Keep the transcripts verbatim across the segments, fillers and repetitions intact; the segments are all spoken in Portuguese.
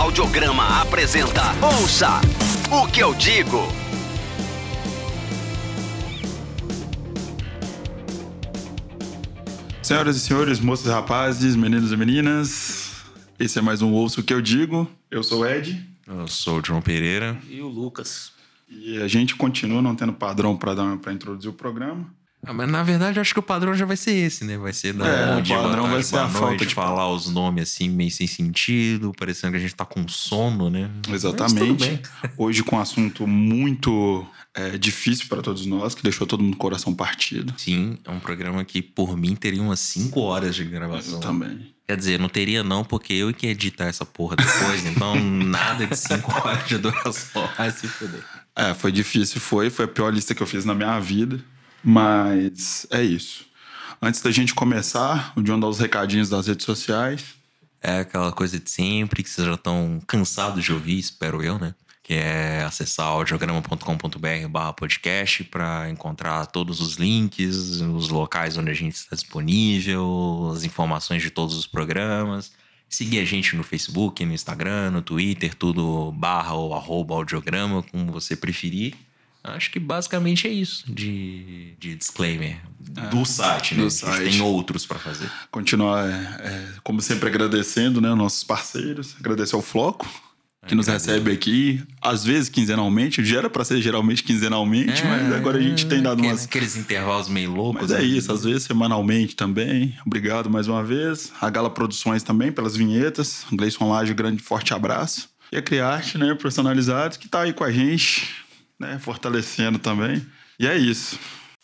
Audiograma apresenta Ouça o que eu digo. Senhoras e senhores, moças e rapazes, meninos e meninas, esse é mais um Ouça o que eu digo. Eu sou o Ed. Eu sou o João Pereira. E o Lucas. E a gente continua não tendo padrão para introduzir o programa. Ah, mas na verdade eu acho que o padrão já vai ser esse, né? Vai ser dar É, bom dia, o padrão boa tarde, vai ser boa a noite, falta de falar os nomes assim meio sem sentido, parecendo que a gente tá com sono, né? Exatamente. Hoje com um assunto muito é, difícil para todos nós, que deixou todo mundo com o coração partido. Sim, é um programa que por mim teria umas cinco horas de gravação. Eu também. Quer dizer, não teria não, porque eu que editar essa porra depois, então nada de cinco horas de duração. Vai se foder. É, foi difícil, foi. Foi a pior lista que eu fiz na minha vida. Mas é isso. Antes da gente começar, o John dá os recadinhos das redes sociais. É aquela coisa de sempre, que vocês já estão cansados de ouvir, espero eu, né? Que é acessar audiograma ponto com ponto br barra podcast para encontrar todos os links, os locais onde a gente está disponível, as informações de todos os programas. Seguir a gente no Facebook, no Instagram, no Twitter, tudo barra ou arroba audiograma, como você preferir. Acho que basicamente é isso de, de disclaimer é, do site, né? Do a site. gente tem outros para fazer. Continuar, é, é, como sempre, agradecendo, né, nossos parceiros. Agradecer ao Floco, que nos recebe aqui, às vezes quinzenalmente. Já era para ser geralmente quinzenalmente, é, mas agora a gente tem dado aqueles, umas... Aqueles intervalos meio loucos. Mas é isso, às vezes semanalmente também. Obrigado mais uma vez. A Gala Produções também pelas vinhetas. Gleison Laje, grande forte abraço. E a Criarte, né, personalizados, que tá aí com a gente... né, fortalecendo também. E é isso.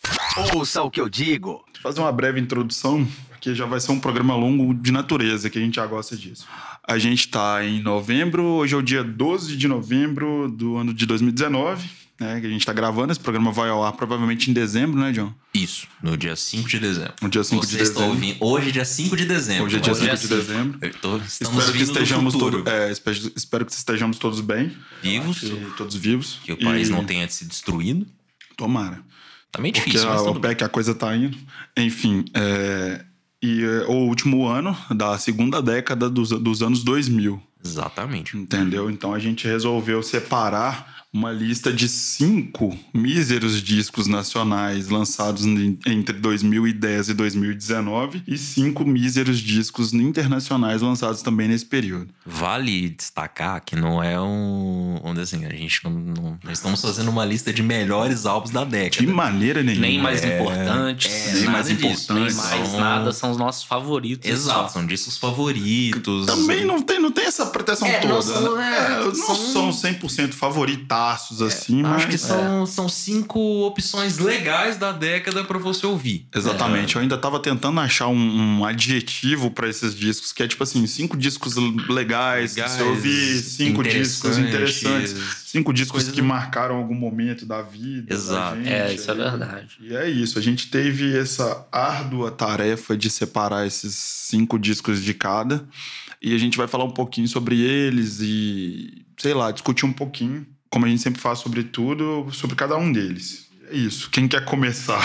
Ouça o que eu digo. Vou fazer uma breve introdução, porque já vai ser um programa longo de natureza, que a gente já gosta disso. A gente está em novembro, hoje é o dia doze de novembro do ano de dois mil e dezenove, né, que a gente está gravando. Esse programa vai ao ar provavelmente em dezembro, né, John? Isso, no dia cinco de dezembro. No dia cinco Vocês de dezembro. Ouvindo, hoje é dia cinco de dezembro. Hoje é dia Hoje cinco é de assim. dezembro. Eu tô, estamos espero que vindo estejamos do futuro. todo, é, espero, espero que estejamos todos bem. Vivos. Que, todos vivos. Que o país e... não tenha se destruído. Tomara. Tá meio Porque difícil, mas a, tudo o pé que a coisa tá indo. Enfim, é... e é, o último ano da segunda década dos, dos anos dois mil. Exatamente. Entendeu? Então a gente resolveu separar uma lista de cinco míseros discos nacionais lançados entre dois mil e dez e dois mil e dezenove e cinco míseros discos internacionais lançados também nesse período. Vale destacar que não é um... Onde assim, a gente não, não... Nós estamos fazendo uma lista de melhores álbuns da década. De maneira nenhuma. Nem mais É, importantes. é, nem nada mais disso. importantes. Nem mais São- nada. São os nossos favoritos. Exato, são discos favoritos. Também não tem, não tem essa pretensão É, toda. não são- né? é, É, não são- são cem por cento favoritaços, assim, mas... Acho que são, são cinco opções legais da década pra você ouvir. Exatamente, eu ainda tava tentando achar um, um adjetivo pra esses discos, que é tipo assim, cinco discos legais, que você ouvir, cinco discos interessantes, cinco discos coisas- que marcaram algum momento da vida. Exato. Da gente, É, isso é aí- verdade. E é isso, a gente teve essa árdua tarefa de separar esses cinco discos de cada, e a gente vai falar um pouquinho sobre eles e, sei lá, discutir um pouquinho, como a gente sempre faz sobre tudo, sobre cada um deles. É isso. Quem quer começar?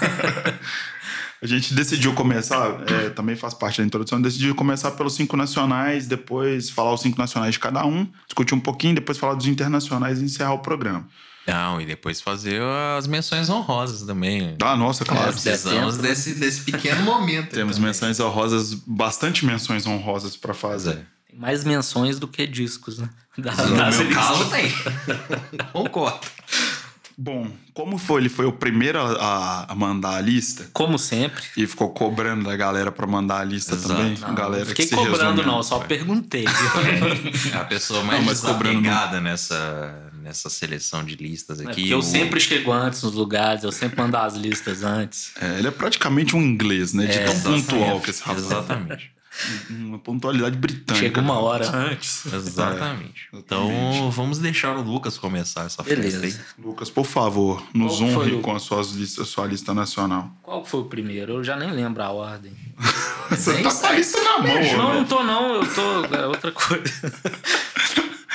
A gente decidiu começar, é, também faz parte da introdução, decidiu começar pelos cinco nacionais, depois falar os cinco nacionais de cada um, discutir um pouquinho, depois falar dos internacionais e encerrar o programa. Não, e depois fazer as menções honrosas também. Ah, nossa, claro. Nós precisamos tempo, né? desse, desse pequeno momento. Temos também. menções honrosas, bastante menções honrosas para fazer. Tem mais menções do que discos, né? Da, No das meu listas. caso tem. Concordo. Bom, como foi? Ele foi o primeiro a, a mandar a lista Como sempre. e ficou cobrando da galera para mandar a lista Exato. também. Não, galera não fiquei que se cobrando, resume, não. Eu só foi. perguntei. É a pessoa mais Não, mas cobrando desapegada nessa, nessa seleção de listas É aqui. porque eu O- sempre chego antes nos lugares. Eu sempre mando as listas antes. É, ele é praticamente um inglês, né? De É, tão Exatamente. pontual que esse rapaz. Exatamente. Uma pontualidade britânica. Chega uma hora antes. Exatamente. É, Então exatamente. vamos deixar o Lucas começar essa Beleza. festa aí. Lucas, por favor, nos Qual foi honre o- com as suas listas, sua lista nacional. Qual foi o primeiro? Eu já nem lembro a ordem. Você Nem tá com a sei. lista na mão, Não, né? não tô não. Eu tô... É outra coisa.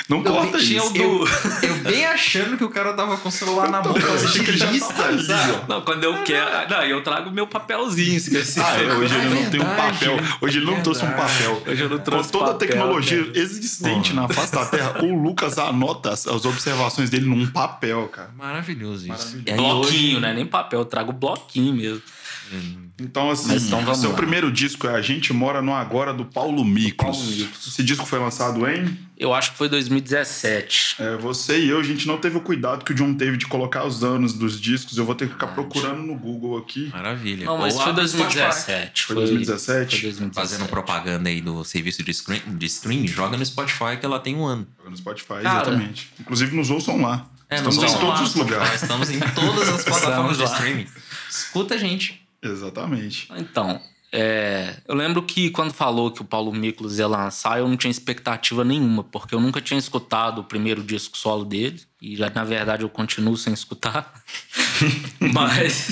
Não Eu corta tinha isso. o do... eu bem achando que o cara tava com o celular na mão. Eu achei que ele já lista, tava ali, sabe? ó. Não, quando eu quero. Não, eu trago meu papelzinho, esqueci. Ah, é, hoje ele É não tem um verdade, papel. Hoje ele não é trouxe um verdade. papel. Hoje eu não trouxe Com toda a papel, tecnologia cara. existente na face da Terra, o Lucas anota as, as observações dele num papel, cara. Maravilhoso isso. Maravilhoso. E aí Bloquinho, hoje- né? Nem papel, eu trago bloquinho mesmo. Então, assim, Mas então vamos seu lá. primeiro disco é A Gente Mora no Agora, do Paulo Miklos. Paulo Miklos. Esse disco foi lançado em... Eu acho que foi dois mil e dezessete. É, você e eu, a gente não teve o cuidado que o John teve de colocar os anos dos discos. Eu vou ter que ficar procurando no Google aqui. Maravilha. Não, mas Ou foi abre o dois mil e Spotify. dezessete. Foi dois mil e dezessete? Foi dois mil e dezessete. Fazendo propaganda aí do serviço de stream, de stream, joga no Spotify que ela tem um ano. No Spotify, Cara. exatamente. Inclusive, nos ouçam lá. É, Estamos nós em vamos todos lá os no lugares. Spotify, estamos em todas as plataformas de Estamos lá. streaming. Escuta a gente. Exatamente. Então, é, eu lembro que quando falou que o Paulo Miklos ia lançar, eu não tinha expectativa nenhuma, porque eu nunca tinha escutado o primeiro disco solo dele. E, já, na verdade, eu continuo sem escutar. Mas...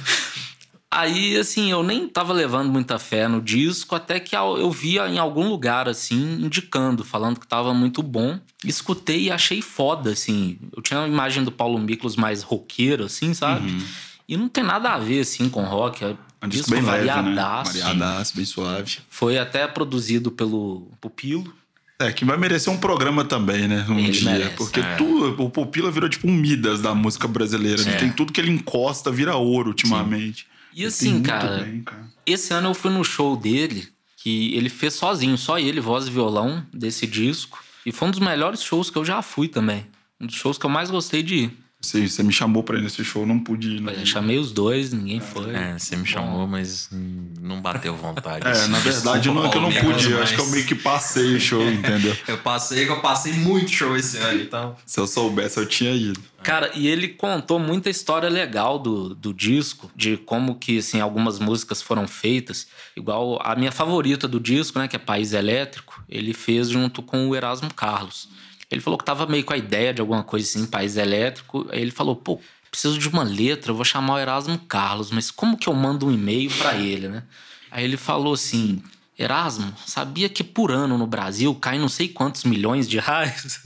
Aí, assim, eu nem tava levando muita fé no disco, até que eu via em algum lugar, assim, indicando, falando que tava muito bom. Escutei e achei foda, assim. Eu tinha uma imagem do Paulo Miklos mais roqueiro, assim, sabe? Uhum. E não tem nada a ver, assim, com rock. É Um disco bem leve, né? variadaço. Variadaço, bem suave. Foi até produzido pelo Pupilo. É, que vai merecer um programa também, né? Um Ele dia. merece. Porque É. tu, o Pupila virou tipo um Midas da música brasileira. Ele É. tem tudo que ele encosta, vira ouro ultimamente. E Ele assim, tem muito cara, bem, cara. esse ano eu fui no show dele, que ele fez sozinho, só ele, voz e violão, desse disco. E foi um dos melhores shows que eu já fui também. Um dos shows que eu mais gostei de ir. Você, você me chamou pra ir nesse show, não pude ir. Não. Eu chamei os dois, ninguém foi. É, você me chamou, mas hum, não bateu vontade. É, na verdade, não é que eu não Desculpa, pude. Paulo Eu acho que eu mas- meio que passei o show, entendeu? Eu passei, eu passei muito show esse ano, então. Se eu soubesse, eu tinha ido. Cara, e ele contou muita história legal do, do disco, de como que, assim, algumas músicas foram feitas. Igual a minha favorita do disco, né, que é País Elétrico, ele fez junto com o Erasmo Carlos. Ele falou que tava meio com a ideia de alguma coisa assim, País Elétrico. Aí ele falou, pô, preciso de uma letra, eu vou chamar o Erasmo Carlos, mas como que eu mando um e-mail pra ele, né? Aí ele falou assim... Erasmo, sabia que por ano no Brasil cai não sei quantos milhões de reais?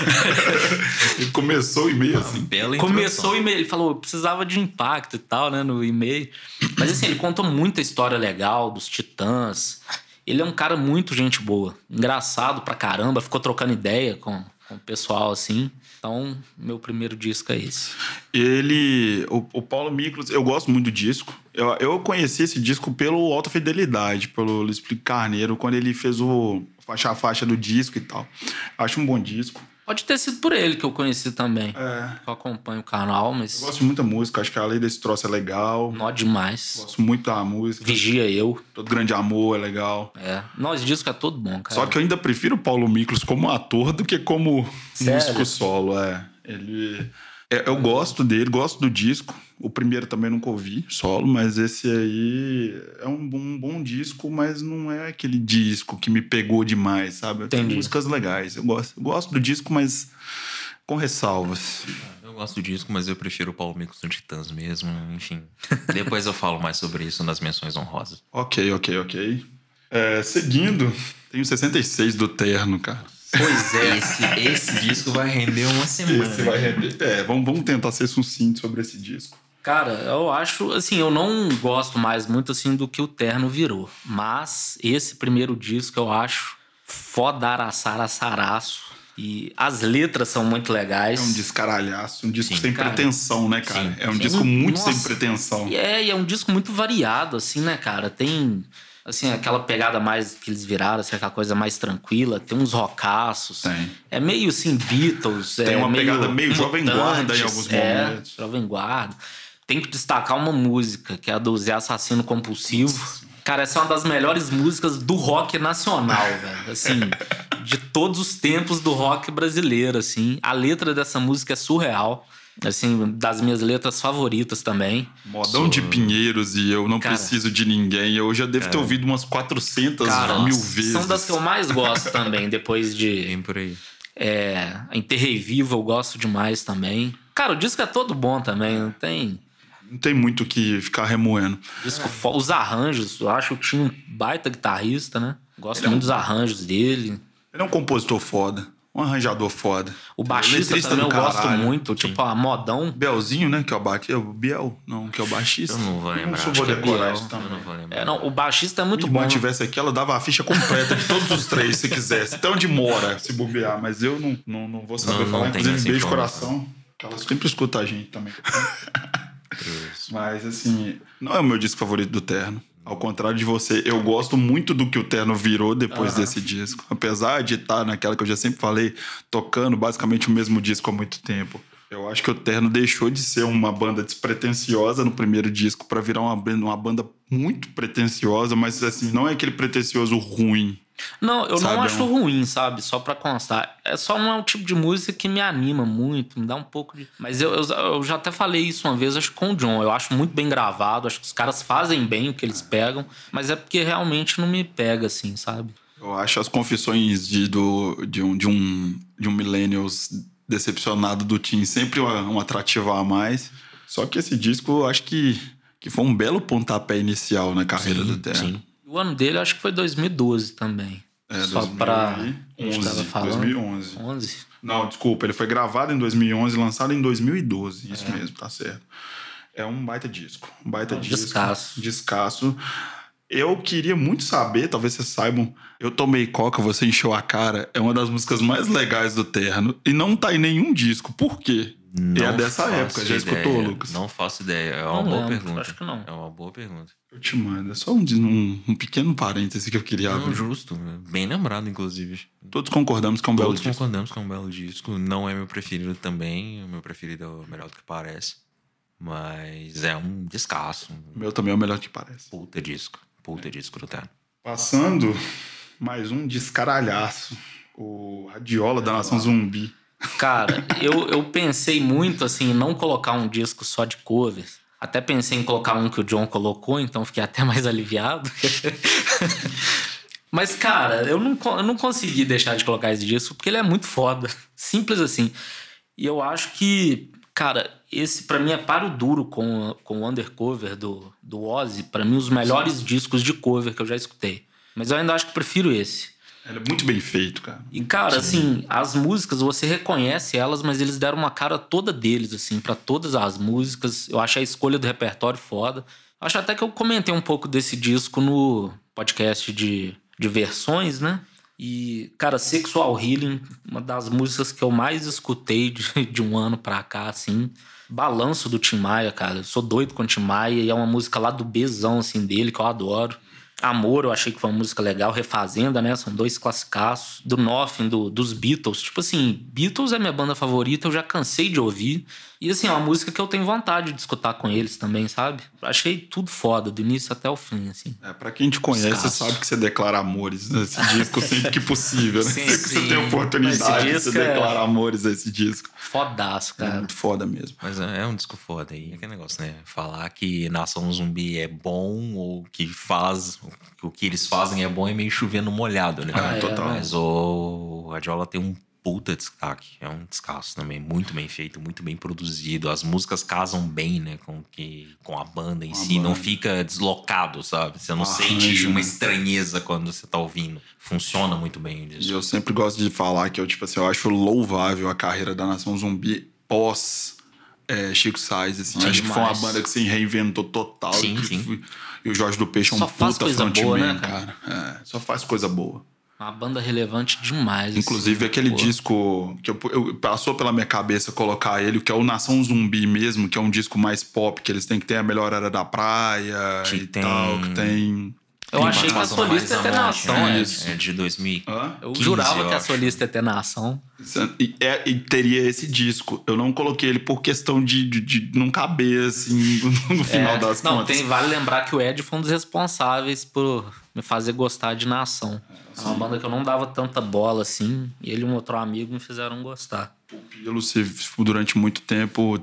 Ele começou o e-mail assim. Bela Começou o e-mail, ele falou, eu precisava de impacto e tal, né, no e-mail. Mas assim, ele contou muita história legal dos Titãs. Ele é um cara muito gente boa, engraçado pra caramba, ficou trocando ideia com, com o pessoal assim. Então, meu primeiro disco é esse. Ele, o, o Paulo Miklos, eu gosto muito do disco. Eu, eu conheci esse disco pelo Alta Fidelidade, pelo Luiz Felipe Carneiro, quando ele fez o faixa a faixa do disco e tal. Acho um bom disco. Pode ter sido por ele que eu conheci também. É, Eu acompanho o canal, mas eu gosto de muita música, acho que a lei desse troço é legal. nó demais. Gosto muito da música. Vigia eu. Todo Grande Amor é legal. É. Nós disco é todo bom, cara. Só que eu ainda prefiro o Paulo Miklos como ator do que como Sério? músico solo, é. Ele... é, eu gosto dele, gosto do disco. O primeiro também nunca ouvi, solo, mas esse aí é um bom, um bom disco, mas não é aquele disco que me pegou demais, sabe? Tem Entendi. músicas legais. Eu gosto, eu gosto do disco, mas com ressalvas. Eu gosto do disco, mas eu prefiro o Paulo Miklos do Titãs mesmo, enfim. Depois eu falo mais sobre isso nas menções honrosas. Ok, ok, ok. É, seguindo, tem o sessenta e seis do Terno, cara. Pois é, esse, esse disco vai render uma semana. Esse vai render. É, vamos, vamos tentar ser sucinto sobre esse disco. Cara, eu acho, assim, eu não gosto mais muito, assim, do que o Terno virou. Mas esse primeiro disco eu acho fodaraçaraçaraço. E as letras são muito legais. É um descaralhaço, um disco Sim, sem cara. pretensão, né, cara? Sim, é um sim. disco muito Nossa. sem pretensão. E é, e é um disco muito variado, assim, né, cara? Tem, assim, aquela pegada mais que eles viraram, assim, aquela coisa mais tranquila. Tem uns rockaços. Tem. É meio, assim, Beatles. Tem é uma meio pegada meio Jovem Guarda em alguns é, momentos. Jovem Guarda. Tem que destacar uma música, que é a do Zé Assassino Compulsivo. Cara, essa é uma das melhores músicas do rock nacional, velho. Assim, de todos os tempos do rock brasileiro, assim. A letra dessa música é surreal. Assim, das minhas letras favoritas também. Modão de Pinheiros e Eu Não Cara. Preciso de Ninguém. Eu já devo ter ouvido umas quatrocentas Cara, mil nossa, vezes. são das que eu mais gosto também, depois de... Vem por aí. É, Enterrei Vivo eu gosto demais também. Cara, o disco é todo bom também, não tem... Não tem muito o que ficar remoendo. Disco fo- Os arranjos, eu acho que tinha um baita guitarrista, né? Gosto Ele é um- muito dos arranjos dele. Ele é um compositor foda. um arranjador foda. O baixista Letrista também eu do gosto caralho. muito, tipo a Modão. Belzinho, né? Que é o baixista. O Biel, não, que é o baixista. Eu não vou lembrar. Não acho vou que é decorar Biel, isso também. Eu não vou lembrar. É, não, o baixista é muito Se bom. o tivesse aqui, ela dava a ficha completa de todos os três, se quisesse. Até onde mora, se bobear. Mas eu não, não, não vou saber Não, falar. não tem Inclusive, essa beijo informação. coração. Que ela sempre escuta a gente também. Mas, assim, não é o meu disco favorito do Terno. Ao contrário de você, eu gosto muito do que o Terno virou depois Aham. desse disco. Apesar de estar naquela que eu já sempre falei, tocando basicamente o mesmo disco há muito tempo. Eu acho que o Terno deixou de ser uma banda despretensiosa no primeiro disco para virar uma banda, uma banda muito pretensiosa, mas assim, não é aquele pretensioso ruim. Não, eu Sabe, não é acho um- ruim, sabe? Só pra constar. É só não é um tipo de música que me anima muito, me dá um pouco de. Mas eu, eu, eu já até falei isso uma vez, acho que com o John. Eu acho muito bem gravado, acho que os caras fazem bem o que eles pegam, mas é porque realmente não me pega, assim, sabe? Eu acho as confissões de, do, de, um, de, um, de um millennials decepcionado do Tim sempre um, um atrativo a mais. Só que esse disco eu acho que, que foi um belo pontapé inicial na carreira Sim, do Terno. sim. O ano dele acho que foi dois mil e doze também. É, Só pra. A gente dois mil e onze, tava falando. dois mil e onze. onze? Não, desculpa, ele foi gravado em dois mil e onze e lançado em dois mil e doze. Isso É. mesmo, tá certo. É um baita disco. Um baita Um disco. descasso. Descasso. Eu queria muito saber, talvez vocês saibam, Eu Tomei Coca, Você Encheu a Cara é uma das músicas mais legais do Terno e não tá em nenhum disco. Por quê? Não é dessa faço época, já ideia. escutou, Lucas? Não faço ideia. É uma Não boa lembro, pergunta. acho que não. É uma boa pergunta. Eu te mando. É só um, um, um pequeno parêntese que eu queria Não, abrir. justo. Bem lembrado, inclusive. Todos concordamos que é um belo Todos disco. concordamos que é um belo disco. Não é meu preferido também. O meu preferido é o Melhor do que Parece. Mas é um descasso. O meu também é o melhor que parece. Puta disco. Puta disco do Terno. Passando, mais um descaralhaço. O Radiola da Nação Zumbi. Cara, eu, eu pensei muito assim em não colocar um disco só de covers. Até pensei em colocar um que o John colocou, então fiquei até mais aliviado. Mas, cara, eu não, eu não consegui deixar de colocar esse disco porque ele é muito foda. Simples assim. E eu acho que, cara, esse pra mim é páreo duro com, com o Undercover do, do Ozzy. Pra mim, os melhores discos de cover que eu já escutei. Mas eu ainda acho que prefiro esse. Ele é muito bem feito, cara. E, cara, assim, as músicas, você reconhece elas, mas eles deram uma cara toda deles, assim, pra todas as músicas. Eu acho a escolha do repertório foda. Acho até que eu comentei um pouco desse disco no podcast de, de versões, né? E, cara, Sexual Healing, uma das músicas que eu mais escutei de, de um ano pra cá, assim. Balanço do Tim Maia, cara. Eu sou doido com o Tim Maia e é uma música lá do Bzão, assim, dele, que eu adoro. Amor, eu achei que foi uma música legal. Refazenda, né? São dois classicaços. Do Nothing, do, dos Beatles. Tipo assim, Beatles é minha banda favorita. Eu já cansei de ouvir. E assim, é uma música que eu tenho vontade de escutar com eles também, sabe? Achei tudo foda, do início até o fim, assim. É, pra quem te conhece, Descasso. sabe que você declara amores nesse disco sempre que possível, né? Sim, sempre que você sim. tem oportunidade, Esse você disco é- declara amores a esse disco. Fodaço, É cara. muito foda mesmo. Mas é é um disco foda aí. É aquele negócio, né? Falar que Nação Zumbi é bom ou que faz... que o que eles fazem é bom é meio chovendo molhado, né? Ah, é, total. Mas o Radiola tem um puta destaque. É um descasso também. Muito bem feito, muito bem produzido. As músicas casam bem, né? Com, que, com a banda em Com a si. Não banda. fica deslocado, sabe? Você não Ah, sente arranjo, uma né? estranheza quando você tá ouvindo. Funciona muito bem o E disco. eu sempre gosto de falar que eu, tipo assim, eu acho louvável a carreira da Nação Zumbi pós é, Chico Sainz, assim. Sim, acho que foi uma demais. banda que se reinventou total. Sim, e, que sim. foi- e o Jorge do Peixe é um Só faz puta coisa frontman, boa, né, cara. É, só faz coisa boa. Uma banda relevante demais. Inclusive, assim, aquele pô. disco que eu, eu- passou pela minha cabeça colocar ele, que é o Nação Zumbi mesmo, que é um disco mais pop, que eles têm que ter a melhor era da praia Que e tem- tal, que tem... Eu Tem achei que a participação solista mais ia ter amante, nação, né? é. isso. É de dois mil. Hã? Eu quinze, jurava eu que a acho. solista ia ter nação. E, é- e teria esse disco. Eu não coloquei ele por questão de, de, de não caber, assim, no final É, das não, contas. tem, vale lembrar que o Ed foi um dos responsáveis por me fazer gostar de Nação. É uma banda que eu não dava tanta bola assim, e ele e um outro amigo me fizeram gostar. O Pilo, se, durante muito tempo,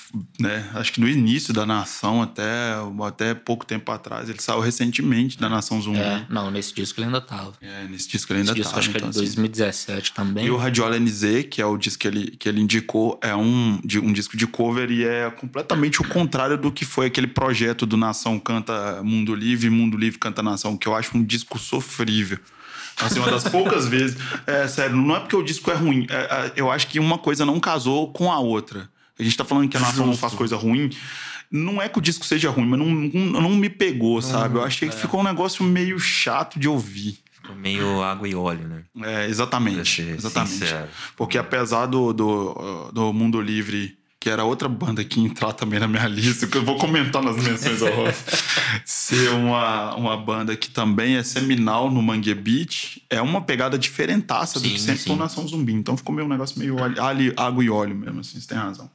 né, acho que no início da Nação, até, até pouco tempo atrás, ele saiu recentemente da Nação Zumbi. É, não, nesse disco ele ainda tava. É, nesse disco ele ainda Esse disco tá. acho que é então, de assim, dois mil e dezessete também. E o Radiola N Z, que é o disco que ele, que ele indicou, é um, de, um disco de cover e é completamente o contrário do que foi aquele projeto do Nação Canta Mundo Livre, Mundo Livre Canta Nação, que eu acho um disco sofrível. Assim, uma das poucas vezes. É, sério, não é porque o disco é ruim. É, é, eu acho que uma coisa não casou com a outra. A gente tá falando que a nação não faz coisa ruim. Não é que o disco seja ruim, mas não, não, não me pegou, sabe? Eu achei que é. ficou um negócio meio chato de ouvir. Ficou meio água e óleo, né? É, exatamente. Exatamente. Sincero. Porque apesar do, do, do Mundo Livre, que era outra banda que entrar também na minha lista, que eu vou comentar nas menções honrosas, ser uma, uma banda que também é seminal no Mangue Beat, é uma pegada diferentaça sim, do que sempre foi Nação Zumbi. Então ficou meio um negócio meio óleo, água e óleo mesmo, assim, você tem razão.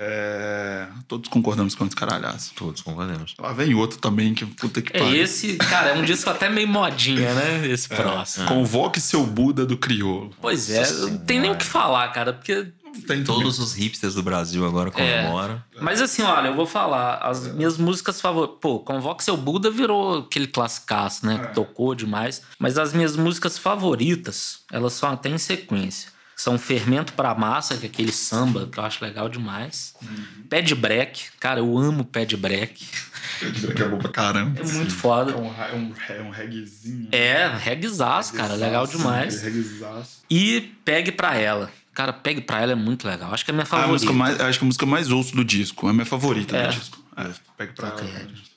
É... Todos concordamos com os caralhaços. Todos concordamos. Lá vem outro também, que puta que pariu. É esse, cara, é um disco até meio modinha, né? Esse é. próximo. Convoque seu Buda do Criolo. Pois é, Nossa, não tem nem o que falar, cara, porque... Tem todos os hipsters do Brasil agora comemoram. É. Mas assim, olha, eu vou falar. As é. minhas músicas favoritas... Pô, Convoque seu Buda virou aquele classicaço, né? É. Que tocou demais. Mas as minhas músicas favoritas, elas são até em sequência. São Fermento pra Massa, que é aquele samba que eu acho legal demais. Uhum. Pé de Break. Cara, eu amo Pé de Break. Pé de Break é bom pra caramba. É muito foda. É um, é um, é um reguezinho. É, reguezaço, cara. Legal demais. Reguezaço. E Pegue Pra Ela. Cara, Pegue Pra Ela é muito legal. Acho que é a minha favorita. Ah, a música mais, acho que a música mais ouço do disco. É a minha favorita é. do disco. É, Pegue Pra Ela.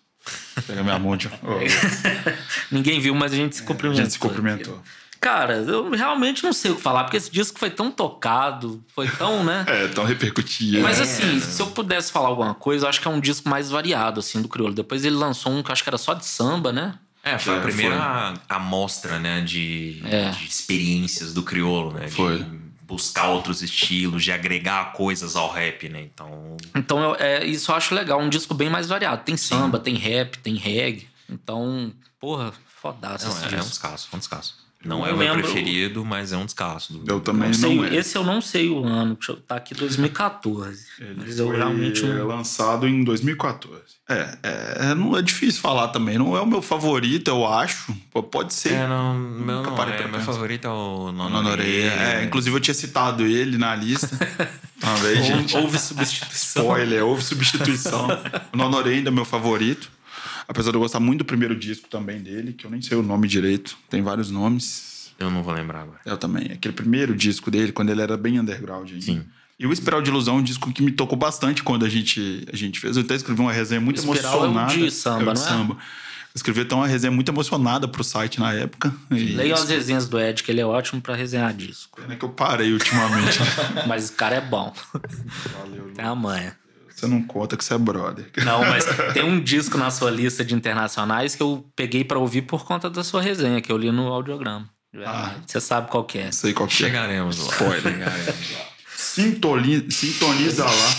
É. Pega minha mão de... oh. Ninguém viu, mas a gente se cumprimentou. A gente se cumprimentou. Cara, eu realmente não sei o que falar, porque esse disco foi tão tocado, foi tão, né? É, tão repercutido. Mas assim, é. se eu pudesse falar alguma coisa, eu acho que é um disco mais variado, assim, do Criolo. Depois ele lançou um que eu acho que era só de samba, né? É, foi é, a primeira foi. amostra, né, de, é. de experiências do Criolo, né? Foi. De buscar outros estilos, de agregar coisas ao rap, né? Então, então eu, é, isso eu acho legal, um disco bem mais variado. Tem samba, Sim. tem rap, tem reggae. Então, porra, fodaço esse é, disco. É um descasso, um descasso. Não eu é o meu preferido, mas é um descasso. Do... Eu também não, não sei, é. Esse eu não sei o ano. Tá aqui dois mil e catorze. Ele mas foi eu realmente não... lançado em dois mil e catorze. É, é, não é difícil falar também. Não é o meu favorito, eu acho. Pode ser. É, não, meu não é. Meu favorito é o Nonoreia. É, inclusive eu tinha citado ele na lista. Talvez, gente. Houve substituição. Spoiler, houve substituição. O Nonoreia ainda é meu favorito. Apesar de eu gostar muito do primeiro disco também dele, que eu nem sei o nome direito. Tem vários nomes. Eu não vou lembrar agora. Eu também. Aquele primeiro disco dele, quando ele era bem underground ainda. Sim. E o Espiral de Ilusão é um disco que me tocou bastante quando a gente, a gente fez. Eu até escrevi uma resenha muito Espiral emocionada. É o de samba, é o de não é? Samba. Eu escrevi até uma resenha muito emocionada pro site na época. Leiam as resenhas do Ed, que ele é ótimo pra resenhar disco. Pena que eu parei ultimamente. Mas o cara é bom. Valeu, tem a manha. Você não conta que você é brother. Não, mas tem um disco na sua lista de internacionais que eu peguei pra ouvir por conta da sua resenha, que eu li no audiograma. Ah, você sabe qual que é. Sei qual que é. Chegaremos lá. Spoiler. Chegaremos lá. Sintoli... Sintoniza lá.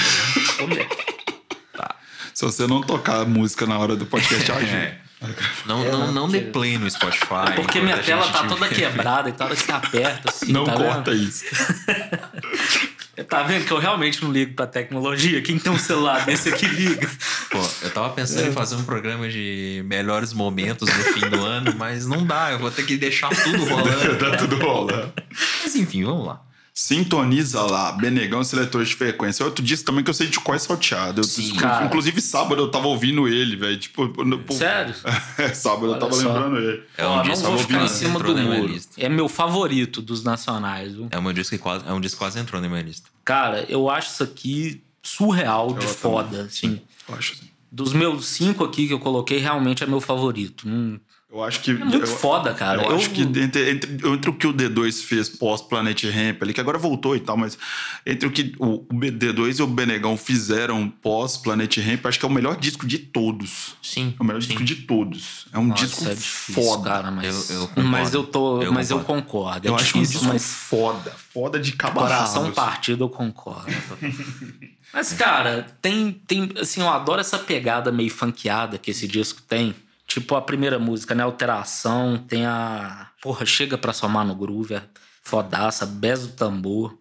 Tá. Se você não tocar a música na hora do podcast, ajuda. É. Não, não, não dê play no Spotify. Porque minha tela tá toda quebrada e tal, você aperta assim. Não tá corta vendo? isso. Tá vendo que eu realmente não ligo pra tecnologia? Quem tem um celular desse aqui liga. Pô, eu tava pensando é. em fazer um programa de melhores momentos no fim do ano, mas não dá, eu vou ter que deixar tudo rolando. Tá tudo rolando. Mas enfim, vamos lá. Sintoniza lá, Benegão Seletor de Frequência. Outro disco também que eu sei de qual é salteado. Eu, Sim, inclusive, sábado eu tava ouvindo ele, velho. Tipo, sério? É, sábado Olha eu tava só. lembrando ele. É um oh, disco não vou ficar em cima do muro. Lista. É meu favorito dos nacionais. Viu? É, um disco que quase, é um disco que quase entrou na minha lista. Cara, eu acho isso aqui surreal de eu foda. Assim. Eu acho assim. Dos meus cinco aqui que eu coloquei, realmente é meu favorito. Não... Eu acho que... É muito eu, foda, cara. Eu, eu acho que entre, entre, entre o que o D dois fez pós-Planet Ramp ali, que agora voltou e tal, mas entre o que o, o D dois e o Benegão fizeram pós-Planet Ramp, acho que é o melhor disco de todos. Sim. É o melhor sim. disco de todos. É um Nossa, disco é difícil, foda. Cara, mas, eu, eu mas eu tô, eu mas concordo. eu concordo. É eu difícil, acho que é um disco mas foda. Foda de cabarço. Coração partido, eu concordo. Mas, cara, tem, tem... Assim, eu adoro essa pegada meio funkeada que esse disco tem. Tipo a primeira música, né? Alteração, tem a... Porra, Chega Pra Somar no Groove, é fodaça, Bezo do Tambor.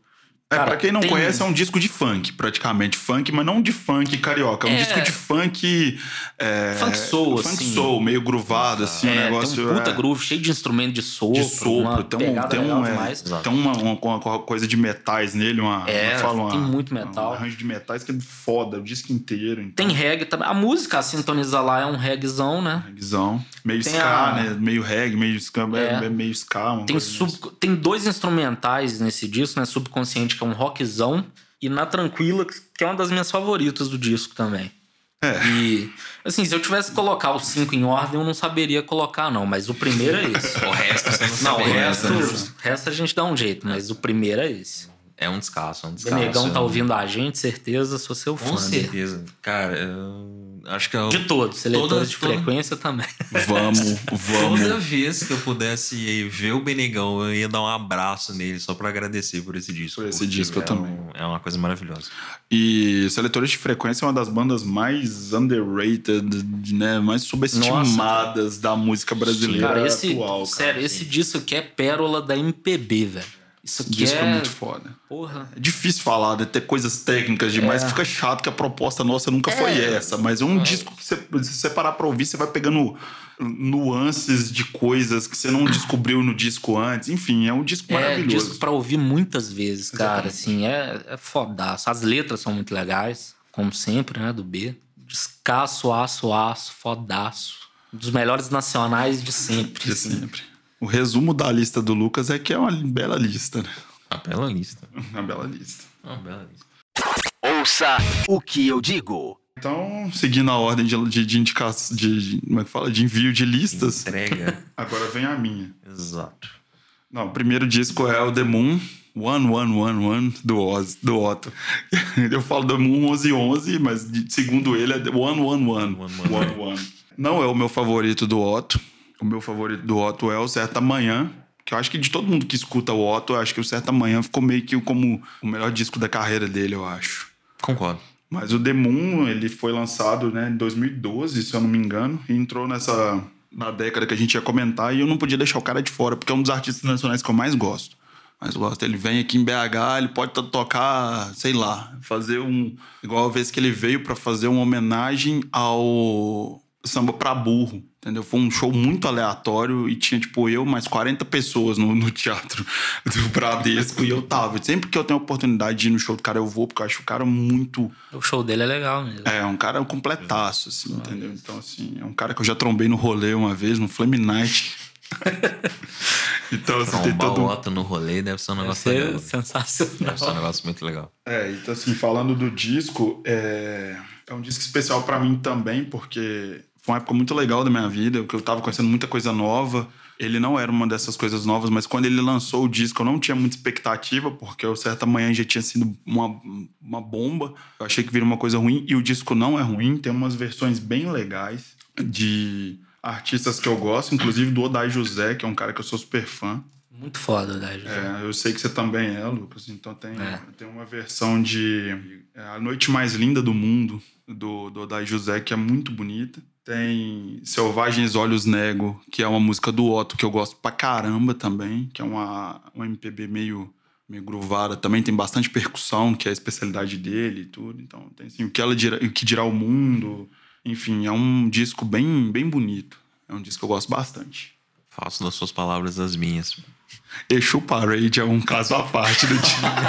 É, Cara, pra quem não tem- conhece, é um disco de funk, praticamente. Funk, mas não de funk carioca. É um É. disco de funk... É, Funk soul, funk assim. soul, meio groovado, assim, É, um negócio... tem um puta é, groove, cheio de instrumento de sopro. de sopro. uma Tem, um, pegada tem, legal um, é, demais. tem uma, uma, uma coisa de metais nele, uma... É, como é que fala? Uma- tem muito metal. Um arranjo de metais que é foda, o disco inteiro. Então, Tem reggae também. A música, a Sintoniza Lá, é um reggaezão, né? reggaezão. Meio Tem ska, a- né? Meio reggae, meio ska, é. É. meio ska. Uma Tem, coisa sub... dessa. tem dois instrumentais nesse disco, né? Subconsciente, que é um rockzão. E Na Tranquila, que é uma das minhas favoritas do disco também. É. E, assim, se eu tivesse que colocar os cinco em ordem, eu não saberia colocar, não. Mas o primeiro é esse. O resto você não Não, sabe. o resto, né? o resto a gente dá um jeito, mas o primeiro é esse. É um descasso, é um O descasso. Benegão tá ouvindo a gente, certeza, sou seu fã. Com dele. certeza. Cara, eu acho que eu... De todos, seletores Toda- de toda- frequência também. Vamos, vamos. Toda vez que eu pudesse ver o Benegão, eu ia dar um abraço nele só pra agradecer por esse disco. Por esse porque disco eu é também. um- é uma coisa maravilhosa. E Seletores de Frequência é uma das bandas mais underrated, né? Mais subestimadas da música brasileira Cara, esse, atual. Cara. sério, esse disco aqui é pérola da M P B, velho. Isso O aqui disco é... é... muito foda. Porra. É difícil falar, de ter coisas técnicas demais, É. fica chato que a proposta nossa nunca foi essa. Mas é um disco que você, se você parar pra ouvir, você vai pegando nuances de coisas que você não descobriu no disco antes. Enfim, é um disco É maravilhoso. disco pra ouvir muitas vezes, cara. Exatamente. Assim, é, é fodaço. As letras são muito legais, como sempre, né? Do B. Descasso, aço, aço, fodaço. Um dos melhores nacionais de sempre. De assim. sempre. O resumo da lista do Lucas é que é uma bela lista, né? Uma bela lista. Uma bela lista. Uma bela lista. Ouça o que eu digo. Então, seguindo a ordem de, de, de indicação, de, de- como é que fala? De envio de listas, Entrega. agora vem a minha. Exato. Não, o primeiro disco é o The Moon, One, One, One, One, do, Oz, do Otto. Eu falo The Moon onze onze, mas de- segundo ele é The One, One, One. One, One, One. One. Não é o meu favorito do Otto. O meu favorito do Otto é o Certa Manhã, que eu acho que de todo mundo que escuta o Otto, eu acho que o Certa Manhã ficou meio que como o melhor disco da carreira dele, eu acho. Concordo. Mas o The Moon, ele foi lançado, né, em dois mil e doze, se eu não me engano, e entrou nessa na década que a gente ia comentar, e eu não podia deixar o cara de fora, porque é um dos artistas nacionais que eu mais gosto. Mas eu gosto, ele vem aqui em B H, ele pode to- tocar, sei lá, fazer um... Igual a vez que ele veio pra fazer uma homenagem ao Samba pra Burro, entendeu? Foi um show muito aleatório e tinha, tipo, eu mais quarenta pessoas no, no teatro do Bradesco e eu tava. Sempre que eu tenho a oportunidade de ir no show do cara, eu vou, porque eu acho o cara muito... O show dele é legal mesmo. É, um cara completaço, assim, entendeu? Então, assim, é um cara que eu já trombei no rolê uma vez, no Flame Night. Então, assim, tem Trombar todo... o Otto no rolê deve ser um Deve negócio ser legal. sensacional. Deve ser um negócio muito legal. É, então assim, falando do disco, é, é um disco especial pra mim também, porque foi uma época muito legal da minha vida, que eu tava conhecendo muita coisa nova. Ele não era uma dessas coisas novas, mas quando ele lançou o disco eu não tinha muita expectativa, porque o Certa Manhã já tinha sido uma, uma bomba. Eu achei que viria uma coisa ruim, e o disco não é ruim, tem umas versões bem legais de artistas que eu gosto, inclusive do Odai José, que é um cara que eu sou super fã. Muito foda, né, José? É, eu sei que você também é, Lucas. Então tem, É. tem uma versão de é, A Noite Mais Linda do Mundo, do, do Odai José, que é muito bonita. Tem Selvagens Olhos Nego, que é uma música do Otto, que eu gosto pra caramba também, que é uma, uma M P B meio, meio groovada. Também tem bastante percussão, que é a especialidade dele e tudo. Então tem assim, o que ela dirá, o que dirá o mundo. Enfim, é um disco bem, bem bonito. É um disco que eu gosto bastante. Faço das suas palavras as minhas. Exu Parade é um caso à parte do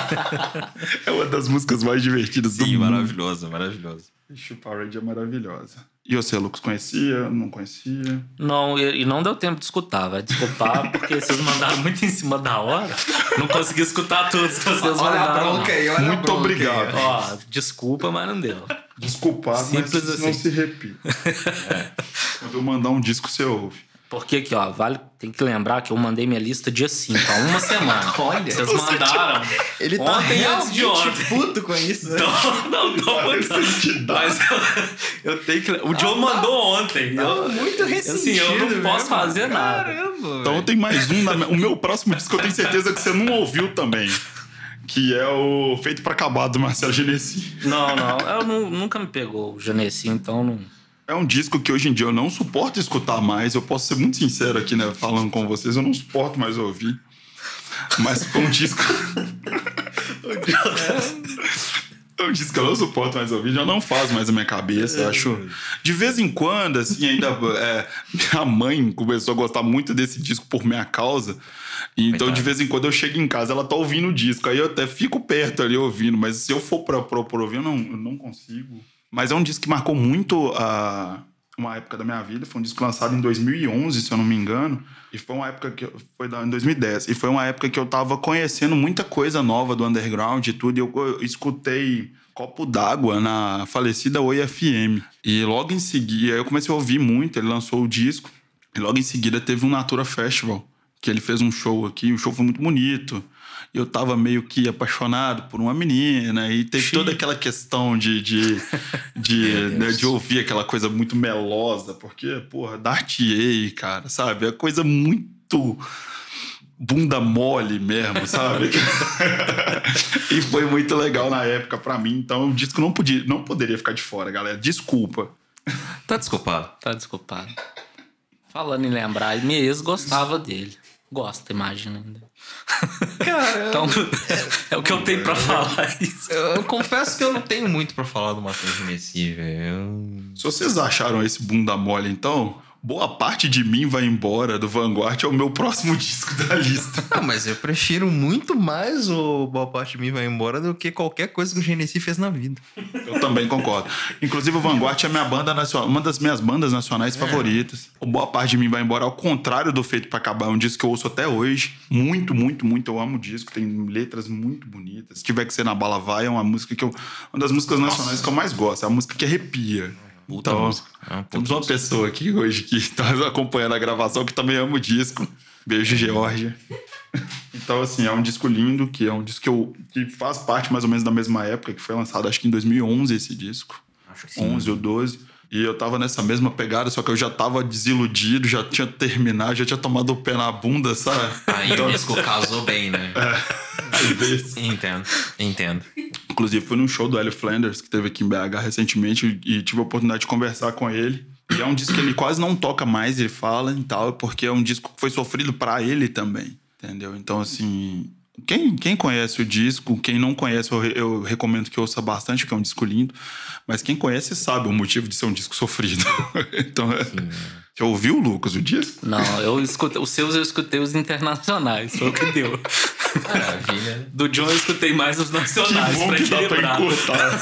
dia. É uma das músicas mais divertidas do Sim, mundo. maravilhosa, maravilhosa. Exu Parade é maravilhosa. E você, Lucas, conhecia? Não conhecia? Não, e, e não deu tempo de escutar, vai desculpar, porque vocês mandaram muito em cima da hora. Não consegui escutar todos que vocês mandaram. aí, olha Muito obrigado. Ó, desculpa, mas não deu. Desculpado, Simples mas isso não assim. se repita. É. Quando eu mandar um disco, você ouve. Porque aqui, ó, vale, tem que lembrar que eu mandei minha lista dia cinco, há uma semana. Olha, Vocês mandaram. Ele ontem antes de ontem. puto com isso, né? Não, não, não. Parece entidade. Mas eu, eu tenho que. O John mandou ontem. eu, muito assim, eu não posso fazer nada. Caramba, Então tem mais um. Na... O meu próximo disco eu tenho certeza que você não ouviu também. Que é o Feito Pra Acabar, do Marcelo Genesi. Não, não. Eu não, nunca me pegou o Genesi, então não. É um disco que hoje em dia eu não suporto escutar mais. Eu posso ser muito sincero aqui, né? Falando com vocês, eu não suporto mais ouvir. Mas foi um disco... É um disco que eu não suporto mais ouvir, já não faz mais a minha cabeça. Eu acho. De vez em quando, assim, ainda. É, minha mãe começou a gostar muito desse disco por minha causa. E então, de vez em quando, eu chego em casa, ela tá ouvindo o disco. Aí eu até fico perto ali ouvindo. Mas se eu for pra, pra, pra ouvir, eu não, eu não consigo. Mas é um disco que marcou muito a. Uma época da minha vida, foi um disco lançado em dois mil e onze, se eu não me engano, e foi uma época que eu, foi em dois mil e dez, e foi uma época que eu tava conhecendo muita coisa nova do underground e tudo, e eu, eu escutei Copo d'Água na falecida Oi F M, e logo em seguida, eu comecei a ouvir muito, ele lançou o disco, e logo em seguida teve um Natura Festival, que ele fez um show aqui, o show foi muito bonito, eu tava meio que apaixonado por uma menina e teve toda aquela questão de, de, de, né, de ouvir aquela coisa muito melosa, porque, porra, Dark A, cara, sabe? É coisa muito bunda mole mesmo, sabe? E foi muito legal na época pra mim, então o disco não, podia, não poderia ficar de fora, galera. Desculpa. Tá desculpado. Tá desculpado. Falando em lembrar, minha ex gostava dele. Gosta, imagina ainda. Cara, então, é, é o que eu tenho pra falar isso. Eu, eu confesso que eu não tenho muito pra falar do Matheus de Messi, velho. Se vocês acharam esse bunda mole, então, boa parte de mim vai embora do Vanguard é o meu próximo disco da lista. Ah, mas eu prefiro muito mais o Boa Parte de Mim Vai Embora do que qualquer coisa que o Genesi fez na vida. Eu também concordo. Inclusive, o Vanguard é minha banda nacional, uma das minhas bandas nacionais é. favoritas. O Boa Parte de Mim Vai Embora, ao contrário do Feito Pra Acabar, é um disco que eu ouço até hoje. Muito, muito, muito. Eu amo o disco. Tem letras muito bonitas. Se Tiver Que Ser Na Bala Vai é uma música que eu... Uma das músicas nacionais Nossa. que eu mais gosto. É a música que arrepia. Puta então, música. É temos uma música. pessoa aqui hoje que está acompanhando a gravação que também ama o disco. Beijo, Geórgia. Então, assim, é um disco lindo, que é um disco que, eu, que faz parte mais ou menos da mesma época, que foi lançado, acho que em dois mil e onze esse disco. Acho que sim. onze ou doze. E eu tava nessa mesma pegada, só que eu já tava desiludido, já tinha terminado, já tinha tomado o pé na bunda, sabe? Aí então, o disco casou bem, né? É. Entendo, entendo. Inclusive, fui num show do Hélio Flanders, que teve aqui em B H recentemente, e tive a oportunidade de conversar com ele. E é um disco que ele quase não toca mais, ele fala e tal, porque é um disco que foi sofrido pra ele também, entendeu? Então, assim, quem, quem conhece o disco, quem não conhece, eu, eu recomendo que ouça bastante, porque é um disco lindo, mas quem conhece sabe o motivo de ser um disco sofrido. Então, é... Você ouviu, Lucas, o disco? Não, eu escutei, os seus eu escutei os internacionais, foi o que deu. Maravilha. Do John eu escutei mais os nacionais. Que bom pra que dá pra encurtar.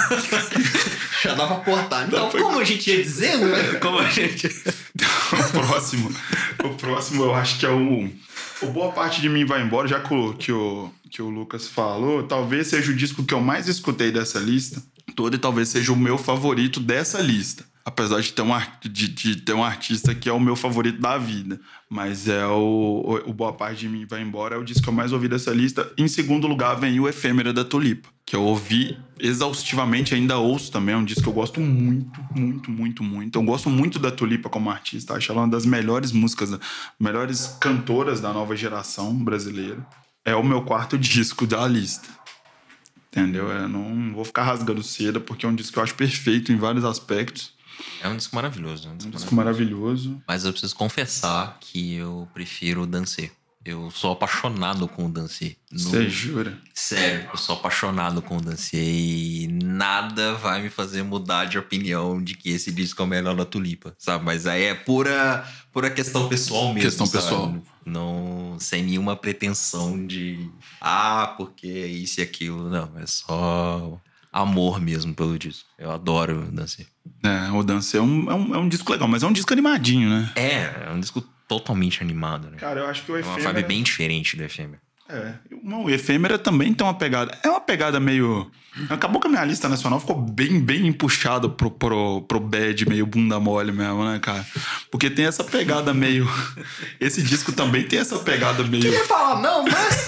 Já dá pra cortar. Então, pra... como a gente ia dizendo, né? Como a gente... o próximo, o próximo eu acho que é o... O Boa Parte de Mim Vai Embora, já que o, que o, que o Lucas falou, talvez seja o disco que eu mais escutei dessa lista toda e talvez seja o meu favorito dessa lista. Apesar de ter, um, de, de ter um artista que é o meu favorito da vida. Mas é o, o Boa Parte de Mim Vai Embora, é o disco que eu mais ouvi dessa lista. Em segundo lugar vem o Efêmera da Tulipa, que eu ouvi exaustivamente, ainda ouço também. É um disco que eu gosto muito, muito, muito, muito. Eu gosto muito da Tulipa como artista. Acho ela uma das melhores músicas, melhores cantoras da nova geração brasileira. É o meu quarto disco da lista. Entendeu? Eu não vou ficar rasgando seda, porque é um disco que eu acho perfeito em vários aspectos. É um disco maravilhoso. É um disco, um disco maravilhoso. maravilhoso. Mas eu preciso confessar que eu prefiro o Dancê. Eu sou apaixonado com o Dancê. Você no... jura? Sério, eu sou apaixonado com o Dancê. E nada vai me fazer mudar de opinião de que esse disco é o melhor da Tulipa, sabe? Mas aí é pura, pura questão pessoal mesmo. Questão sabe? pessoal. Não, sem nenhuma pretensão de... Ah, porque é isso e aquilo. Não, é só... amor mesmo pelo disco. Eu adoro o Dancê. É, o Dancê é um, é, um, é um disco legal, mas é um disco animadinho, né? É, é um disco totalmente animado, né? Cara, eu acho que o Efêmera... É uma vibe bem diferente do Efêmera. É, o Efêmera também tem uma pegada... É uma pegada meio... Acabou que a minha lista nacional ficou bem, bem empuxada pro, pro, pro bad, meio bunda mole mesmo, né, cara? Porque tem essa pegada meio... Esse disco também tem essa pegada meio... Queria falar não, mas...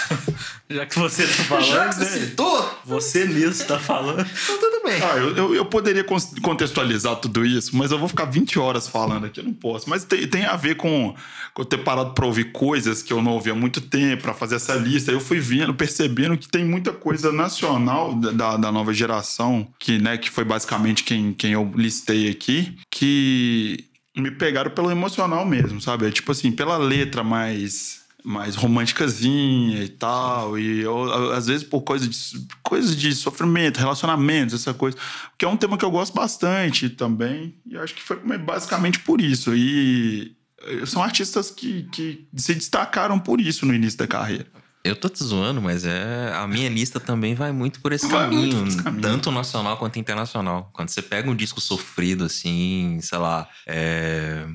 Já que você tá falando, Já que né? você citou, você mesmo tá falando. Então tudo bem. Ah, eu, eu, eu poderia contextualizar tudo isso, mas eu vou ficar vinte horas falando aqui, eu não posso. Mas tem, tem a ver com, com eu ter parado pra ouvir coisas que eu não ouvi há muito tempo, pra fazer essa lista. Eu fui vendo, percebendo que tem muita coisa nacional da, da nova geração, que, né, que foi basicamente quem, quem eu listei aqui, que me pegaram pelo emocional mesmo, sabe? É tipo assim, pela letra mais... mais românticazinha e tal. E eu, às vezes por coisa de, coisa de sofrimento, relacionamentos, essa coisa. Que é um tema que eu gosto bastante também. E acho que foi basicamente por isso. E são artistas que, que se destacaram por isso no início da carreira. Eu tô te zoando, mas é, a minha lista também vai muito por esse Vai caminho, muito por esse caminho. Tanto nacional quanto internacional. Quando você pega um disco sofrido, assim, sei lá, é,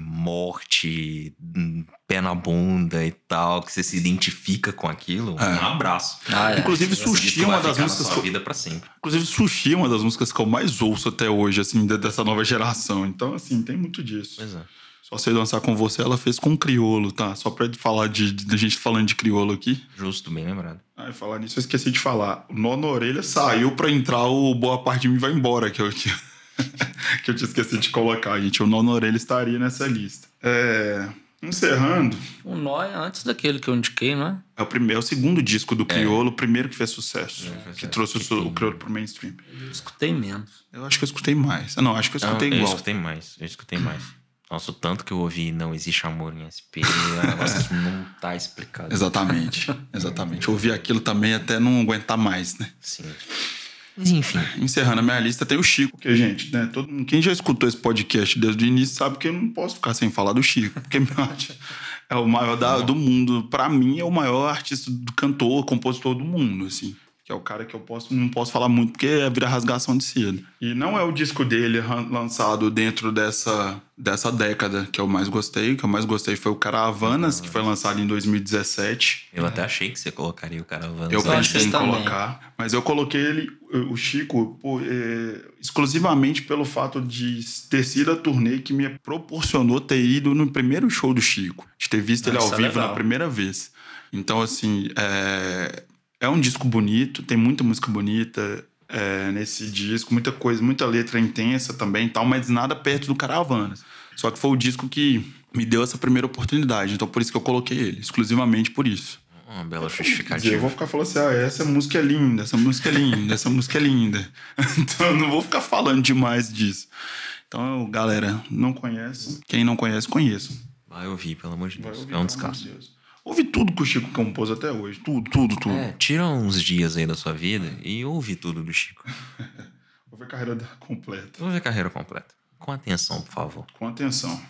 morte, pé na bunda e tal, que você se identifica com aquilo, É. um abraço. Ah, é. Inclusive, Esse Sushi disco é uma vai das ficar na músicas sua que eu- vida pra sempre. Inclusive, Sushi é uma das músicas que eu mais ouço até hoje, assim, de- dessa nova geração. Então, assim, tem muito disso. Pois é. Só Sei Dançar Com Você, ela fez com Criolo, tá? Só pra falar de, de, de gente falando de Criolo aqui. Justo, bem lembrado. Ah, e falar nisso, eu esqueci de falar. O Nó na Orelha saiu pra entrar o Boa Parte de Mim Vai Embora, que eu tinha, que eu tinha esquecido de colocar, gente. O Nó na Orelha estaria nessa lista. É... Encerrando, O Nó é antes daquele que eu indiquei, não é? é o, primeiro, é o segundo disco do Criolo, o primeiro que fez sucesso. fez que sucesso. trouxe o, su- o Criolo pro mainstream. Eu escutei menos. Eu acho que eu escutei mais. Ah, não, acho que eu Não, escutei eu igual. escutei mais, eu escutei mais. Nossa, o tanto que eu ouvi Não Existe Amor em S P, é um negócio que não tá explicado. Exatamente, exatamente. Eu ouvi aquilo também até não aguentar mais, né? Sim. Mas enfim, Encerrando a minha lista, tem o Chico, que, gente, né? Todo, quem já escutou esse podcast desde o início sabe que eu não posso ficar sem falar do Chico, porque meu arte é o maior da- do mundo. Pra mim, é o maior artista, do cantor, compositor do mundo, assim. Que é o cara que eu posso, não posso falar muito, porque é vira rasgação de cedo. E não é o disco dele ran- lançado dentro dessa, dessa década que eu mais gostei. O que eu mais gostei foi o Caravanas, que foi lançado em dois mil e dezessete. eu até achei que você colocaria o Caravana. Eu Eu pensei achei em também. colocar, mas eu coloquei ele, o Chico, por, é, exclusivamente pelo fato de ter sido a turnê que me proporcionou ter ido no primeiro show do Chico, de ter visto ele Ah, ao isso é vivo legal. na primeira vez. Então, assim, é, é um disco bonito, tem muita música bonita é, nesse disco, muita coisa, muita letra intensa também e tal, mas nada perto do Caravanas. Só que foi o disco que me deu essa primeira oportunidade, então por isso que eu coloquei ele, exclusivamente por isso. Uma bela Quer dizer, justificativa. eu vou ficar falando assim, ah, essa música é linda, essa música é linda, essa música é linda. Então eu não vou ficar falando demais disso. Então, galera, não conhece. Quem não conhece, conheça. Vai ouvir, pelo amor de Vai Deus. ouvir, É um pelo amor de descasso. Deus. Ouve tudo que o Chico compôs até hoje. Tudo, tudo, tudo. É, tira uns dias aí da sua vida e ouve tudo do Chico. Ouve a carreira dela completa. Ouve a carreira completa. Com atenção, por favor. Com atenção.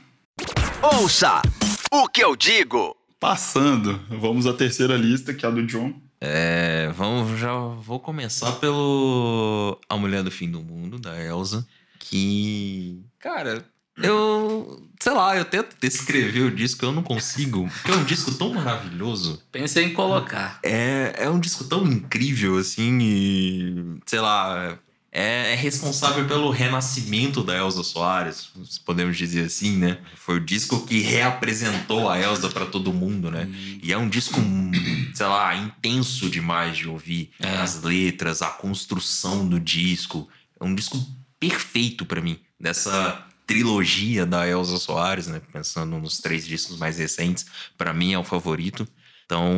Ouça o que eu digo. Passando, vamos à terceira lista, que é a do John. É, vamos, já vou começar pelo A Mulher do Fim do Mundo, da Elsa. Que, cara, eu, sei lá, eu tento descrever o disco, eu não consigo. Porque é um disco tão maravilhoso. Pensei em colocar. É, é um disco tão incrível, assim, e, sei lá, é, é responsável pelo renascimento da Elza Soares, podemos dizer assim, né? Foi o disco que reapresentou a Elza pra todo mundo, né? E é um disco, sei lá, intenso demais de ouvir. As letras, a construção do disco. É um disco perfeito pra mim, dessa trilogia da Elza Soares, né? Pensando nos três discos mais recentes, pra mim é o favorito. Então,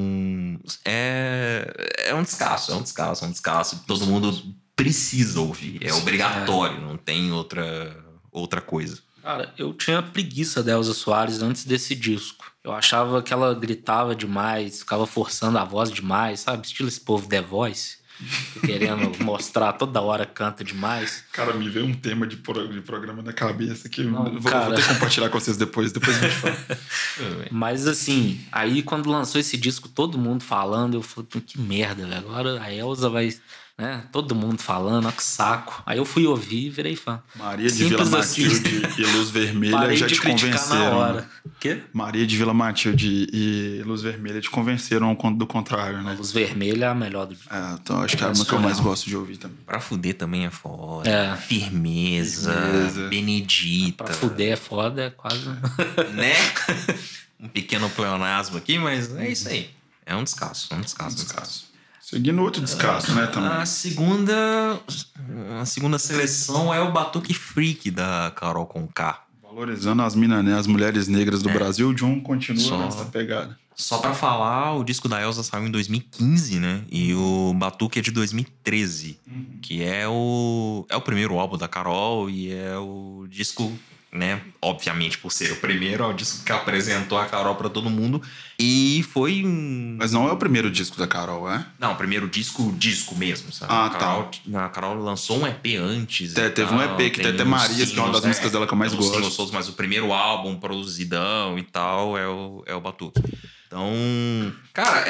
é, é um descasso, é um descasso, é um descasso. Todo mundo precisa ouvir, é obrigatório, não tem outra, outra coisa. Cara, eu tinha preguiça da Elza Soares antes desse disco. Eu achava que ela gritava demais, ficava forçando a voz demais, sabe? Estilo esse povo The Voice, querendo mostrar toda hora canta demais. Cara, me veio um tema de, pro- de programa na cabeça que Não, eu vou, cara. vou ter que compartilhar com vocês depois. Depois a gente fala. Mas assim, aí quando lançou esse disco, todo mundo falando, eu falei, que merda, velho. Agora a Elza vai, né? Todo mundo falando, ó, que saco. Aí eu fui ouvir e virei fã. Maria de Simples Vila assim. Matilde e Luz Vermelha Parei já de te criticar convenceram. na hora. Quê? Maria de Vila Matilde e Luz Vermelha te convenceram ao conto do contrário, né? Luz Vermelha é a melhor do disco. É, então acho que é a que eu mais gosto de ouvir também. Pra fuder também é foda. É. Firmeza, Firmeza. Benedita. Pra fuder é foda, é quase. Né? Um pequeno pleonasmo aqui, mas é isso aí. É um descasso, é um descasso. Um descasso. Seguindo outro descasso, né, também. A segunda, a segunda seleção é o Batuque Freak da Carol Conká. Valorizando as minas, né? As mulheres negras do Brasil, o John continua Só- nessa pegada. Só pra falar, o disco da Elza saiu em dois mil e quinze, né? E o Batuque é de dois mil e treze, que é o, é o primeiro álbum da Carol e é o disco né? Obviamente por ser o primeiro, é o disco que apresentou a Carol pra todo mundo. E foi um... Mas não é o primeiro disco da Carol, é? Não, o primeiro disco, disco mesmo, sabe? Ah, a Carol, tá. A Carol lançou um E P antes. Te, teve tal, um E P que tem até Marias, que é uma das músicas é, dela que eu mais gosto. Singles, mas o primeiro álbum produzidão e tal é o, é o Batuque. Então, cara,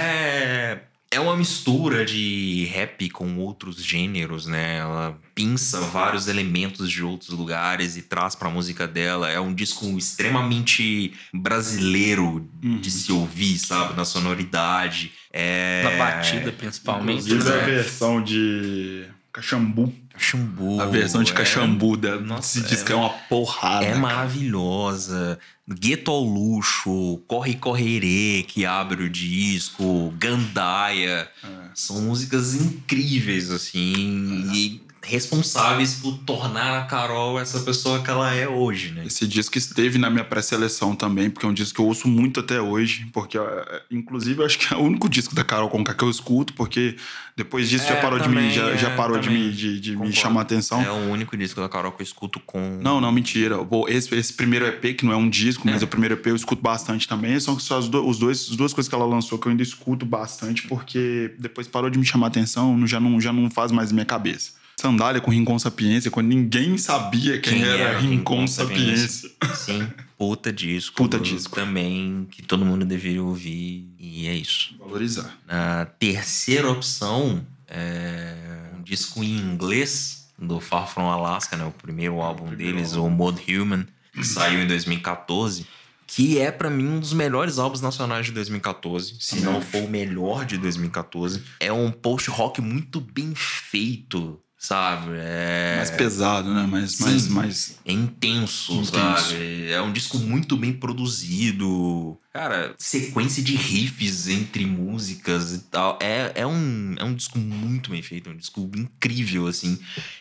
é... É uma mistura de rap com outros gêneros, né? Ela pinça vários elementos de outros lugares e traz pra música dela. É um disco extremamente brasileiro uhum. de se ouvir, sabe? Na sonoridade. É... Na batida, principalmente. Inclusive né? a versão de Caxambu. Caxambu. A versão de Caxambu é... dela. Nossa, se diz que é uma porrada. É cara. maravilhosa. Gueto ao Luxo, Corre Correrê, que abre o disco, Gandaia. É. São músicas incríveis, assim, é. e responsáveis por tornar a Carol essa pessoa que ela é hoje, né? Esse disco esteve na minha pré-seleção também, porque é um disco que eu ouço muito até hoje, porque, inclusive, eu acho que é o único disco da Carol Conká que eu escuto, porque depois disso é, já parou, também, de, me, já, é, já parou de, me, de, de me chamar a atenção. É o único disco da Carol que eu escuto com... Não, não, mentira. Esse, esse primeiro E P, que não é um disco, é. mas o primeiro E P eu escuto bastante também, são só as, do, os dois, as duas coisas que ela lançou que eu ainda escuto bastante, porque depois parou de me chamar a atenção, já não, já não faz mais minha cabeça. Sandália com Rincon Sapiência, quando ninguém sabia quem, quem era, era Rincon, Rincon Sapiência. Sim, puta disco. Puta disco. Também, que todo mundo deveria ouvir. E é isso. Valorizar. A terceira opção é um disco em inglês do Far From Alaska, né? O primeiro álbum o primeiro deles, álbum. o Mod Human, que saiu em dois mil e catorze. Que é, pra mim, um dos melhores álbuns nacionais de dois mil e catorze. Se não for o melhor de dois mil e catorze. É um post-rock muito bem feito. Sabe? É... Mais pesado, né? Mais, Sim, mais, mais... É intenso, intenso, sabe? É um disco muito bem produzido. Cara, sequência de riffs entre músicas e tal. É, é, um, é um disco muito bem feito. É um disco incrível, assim.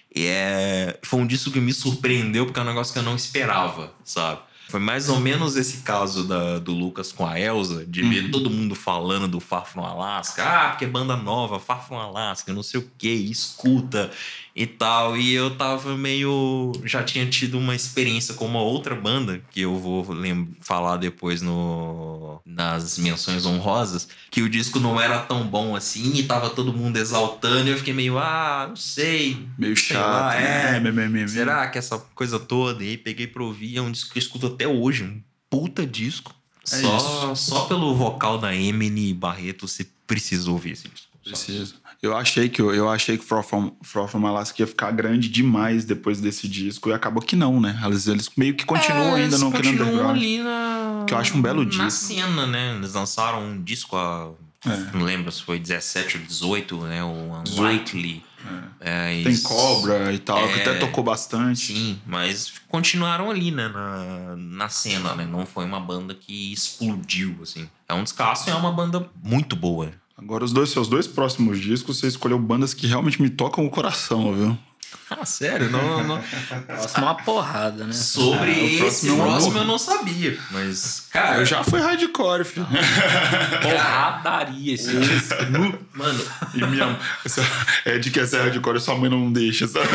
É... Foi um disco que me surpreendeu porque é um negócio que eu não esperava, sabe? Foi mais ou menos esse caso da, do Lucas com a Elza, de ver uhum. todo mundo falando do Far From Alaska. Ah, porque é banda nova, Far From Alaska, não sei o que, escuta e tal. E eu tava meio... Já tinha tido uma experiência com uma outra banda, que eu vou lem- falar depois no, nas menções honrosas, que o disco não era tão bom assim e tava todo mundo exaltando. E eu fiquei meio, ah, não sei. Meio sei chato. Lá, é, né? me, me, me, será que essa coisa toda? E aí peguei pra ouvir, é um disco que eu escuto até hoje, um puta disco. É só, só pelo vocal da Emily Barreto você precisa ouvir esse disco. Preciso. Eu achei que eu, eu achei que Far From, Far From Alaska ia ficar grande demais depois desse disco e acabou que não, né? Eles, eles meio que continuam é, ainda não querendo continuam ali na... que eu acho um belo na disco. Na cena, né? Eles lançaram um disco a... É. Não lembro se foi dezessete ou dezoito, né? O Unlikely. É. É, Tem Cobra e tal, é, que até tocou bastante. Sim, mas continuaram ali, né? Na, na cena, né? Não foi uma banda que explodiu, assim. É um descasso e é uma banda muito boa. Agora, os dois seus dois próximos discos, você escolheu bandas que realmente me tocam o coração, viu? Ah, sério? Não, não... Próximo é uma porrada, né? Sobre ah, esse próximo, próximo eu não sabia. Mas, cara... Eu já fui hardcore, filho. Porradaria esse disco. Mano... E minha... É de que essa é hardcore, sua mãe não deixa, sabe?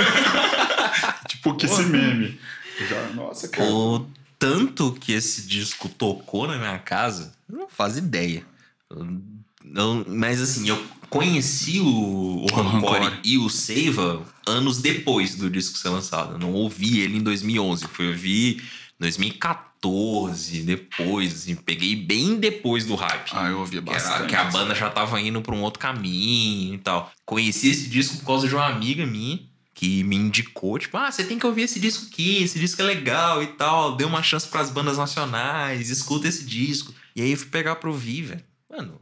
Tipo, que esse meme. Já... Nossa, cara. O tanto que esse disco tocou na minha casa, eu não faço ideia. Eu... Eu... Mas, assim, eu... conheci o, o Rancor e o Seiva anos depois do disco ser lançado. Eu não ouvi ele em dois mil e onze. Fui ouvir em dois mil e catorze, depois, assim, peguei bem depois do hype. Ah, eu ouvia bastante. Que, era, que a banda já tava indo pra um outro caminho e tal. Conheci esse disco por causa de uma amiga minha que me indicou, tipo, ah, você tem que ouvir esse disco aqui, esse disco é legal e tal. Deu uma chance pras bandas nacionais, escuta esse disco. E aí eu fui pegar pra ouvir, velho. Mano...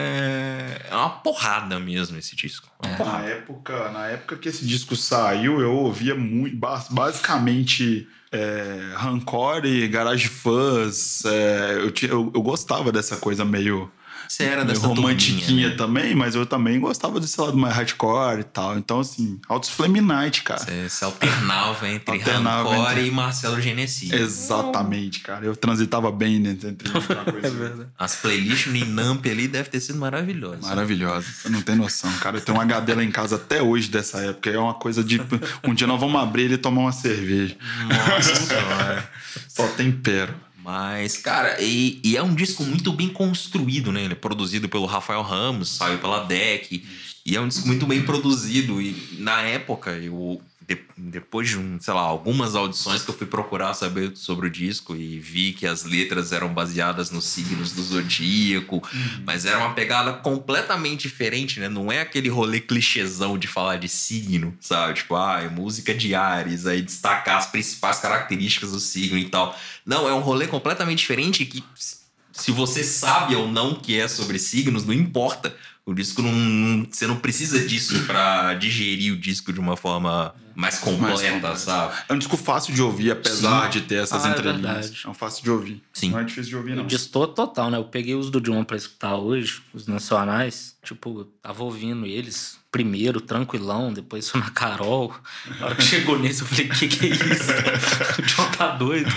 É uma porrada mesmo esse disco. É. Na época, na época que esse disco saiu, eu ouvia muito, basicamente é, Rancor e Garage Fuzz. É, eu, eu, eu gostava dessa coisa meio, Você era meio dessa romantiquinha turminha, né? também, mas eu também gostava desse lado mais hardcore e tal. Então, assim, Altos Flame Night, cara. Você, você alternava entre Alternava Rancor entre- e Marcelo Genesi. Exatamente, cara. Eu transitava bem dentro entre uma coisa. É verdade. As playlists no Inamp ali devem ter sido maravilhosas. Maravilhosa. Você não tem noção, cara. Eu tenho um H D lá em casa até hoje dessa época. É uma coisa de. Um dia nós vamos abrir ele e tomar uma cerveja. Nossa senhora. Só tempero. Mas, cara, e, e é um disco muito bem construído, né? Ele é produzido pelo Rafael Ramos, saiu pela D E C. E é um disco muito bem produzido. E na época, eu, de, depois de, um, sei lá, algumas audições que eu fui procurar saber sobre o disco e vi que as letras eram baseadas nos signos do zodíaco, uhum. mas era uma pegada completamente diferente, né? Não é aquele rolê clichêzão de falar de signo, sabe? Tipo, ah, é música de Áries, aí destacar as principais características do signo e tal. Não, é um rolê completamente diferente que, se você sabe ou não que é sobre signos, não importa. O disco não, não... Você não precisa disso pra digerir o disco de uma forma mais completa, mais sabe? É um disco fácil de ouvir, apesar Sim. de ter essas Ah, é entrelinhas. verdade. É um fácil de ouvir. Sim. Não é difícil de ouvir, não. Eu destoa total, né? Eu peguei os do John pra escutar hoje, os nacionais. Tipo, eu tava ouvindo eles primeiro, tranquilão, depois foi na Carol. Na hora que chegou nesse, eu falei, que que é isso? O John tá doido.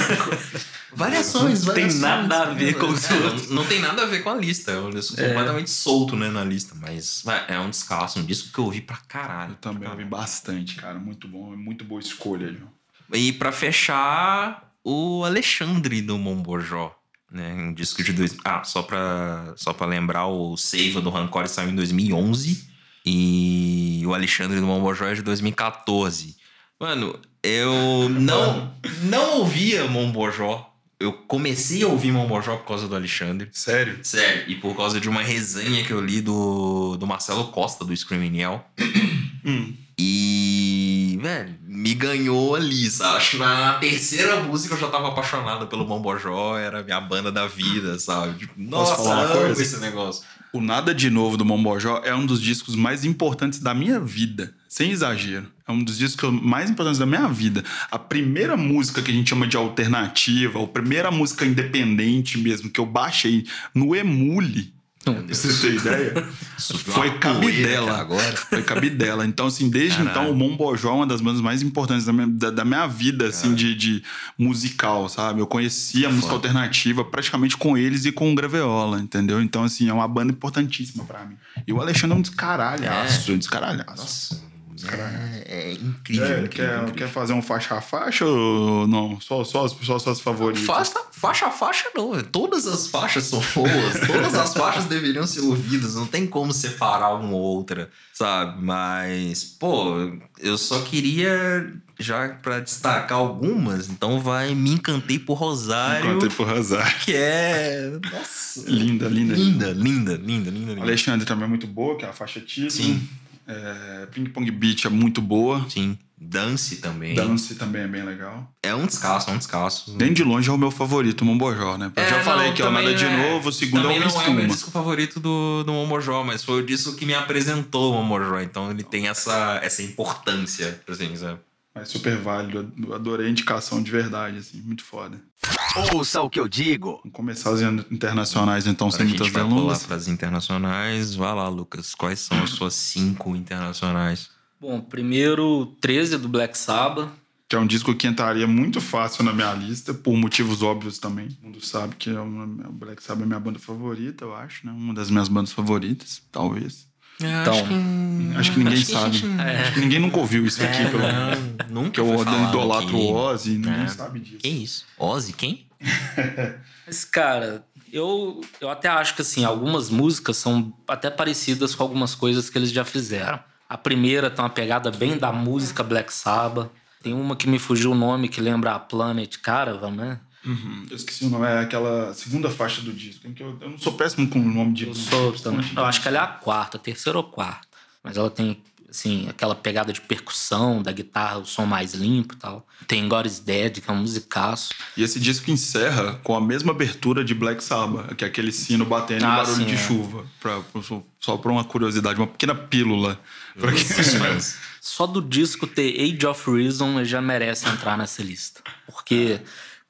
Variações, Não tem variações. nada a ver com os É, outros. Não, não tem nada a ver com a lista. É um disco É. completamente solto, né, na lista. Mas vai, é um descasso, um disco que eu ouvi pra caralho. Eu também pra ouvi caralho. bastante, cara. Muito bom. É muito boa escolha, João. E pra fechar, o Alexandre do Mombojó. Né, um disco de dois... Ah, só pra, só pra lembrar, o Seiva do Rancor saiu em dois mil e onze. E o Alexandre do Mombojó é de dois mil e catorze. Mano, eu não, não ouvia Mombojó. Eu comecei a ouvir Mombojó por causa do Alexandre. Sério? Sério. E por causa de uma resenha que eu li do, do Marcelo Costa, do Screaming Yell. Hum. E, velho, me ganhou ali, sabe? Acho que na terceira música eu já tava apaixonado pelo Mombojó. Era a minha banda da vida, sabe? Tipo, nossa, falar uma amo coisa? esse negócio. O Nada de Novo do Mombojó é um dos discos mais importantes da minha vida. Sem exagero. É um dos discos mais importantes da minha vida. A primeira música que a gente chama de alternativa, a primeira música independente mesmo, que eu baixei no Emule, pra você ter ideia, foi Cabidela. Agora. Foi Cabidela. Então, assim, desde Caralho. então, o Mombojó é uma das bandas mais importantes da minha, da, da minha vida, assim, de, de musical, sabe? Eu conheci a música Foda. alternativa praticamente com eles e com o Graveola, entendeu? Então, assim, é uma banda importantíssima pra mim. E o Alexandre é um descaralhaço, É. um descaralhaço. Nossa, é, é incrível, É, incrível, quer, incrível. quer fazer um faixa a faixa ou não? Só, só, as- só as suas favoritas? Faixa, faixa a faixa não, todas as faixas são boas, todas as faixas deveriam ser ouvidas, não tem como separar uma ou outra, sabe? Mas, pô, eu só queria, já pra destacar algumas, então vai Me Encantei por Rosário, Contei pro Rosário. que é, nossa, Linda, linda, linda, linda, linda, linda, linda. Alexandre também é muito boa, que é a faixa título. Sim. É, Ping Pong Beach é muito boa. Sim, Dance também. Dance também é bem legal. É um descasso, é um descasso. Nem de longe é o meu favorito, o Mombojó, né? Eu É, já não, falei que é o também Nada de não é- Novo, o segundo também é o não é o meu Cristuma. disco favorito do, do Mombojó, mas foi o disco que me apresentou o Mombojó, então ele tem essa, essa importância, assim, sabe? Mas super válido, eu adorei a indicação de verdade, assim, muito foda. Ouça o que eu digo. Vamos começar as internacionais, então, Agora sem a gente muitas vai pular delongas. para as internacionais. Vai lá, Lucas. Quais são as suas cinco internacionais? Bom, primeiro, treze do Black Sabbath. Que é um disco que entraria muito fácil na minha lista, por motivos óbvios também. Todo mundo sabe que é uma, o Black Sabbath é minha banda favorita, eu acho, né? Uma das minhas bandas favoritas, talvez. Então, acho que, Acho que ninguém acho que a sabe. gente- Acho que ninguém nunca ouviu isso aqui, É, pelo menos. não, nunca Que eu foi falado idolatro aqui. o Ozzy, ninguém É. sabe disso. Que isso? Ozzy, quem? Mas, cara, eu, eu até acho que, assim, algumas músicas são até parecidas com algumas coisas que eles já fizeram. A primeira tem uma pegada bem da música Black Sabbath. Tem uma que me fugiu o nome, que lembra a Planet Caravan, né? Uhum. Eu esqueci o nome, é aquela segunda faixa do disco. Tem que eu, eu não sou péssimo com o nome de... Eu sou também. Eu acho que ela é a quarta, terceira ou quarta. Mas ela tem, assim, aquela pegada de percussão, da guitarra, o som mais limpo e tal. Tem God is Dead, que é um musicaço. E esse disco encerra com a mesma abertura de Black Sabbath, que é aquele sino batendo Ah, e barulho sim, de é. chuva. Pra, só por uma curiosidade, uma pequena pílula. Pra quem- Só do disco ter Age of Reason já merece entrar nessa lista. Porque,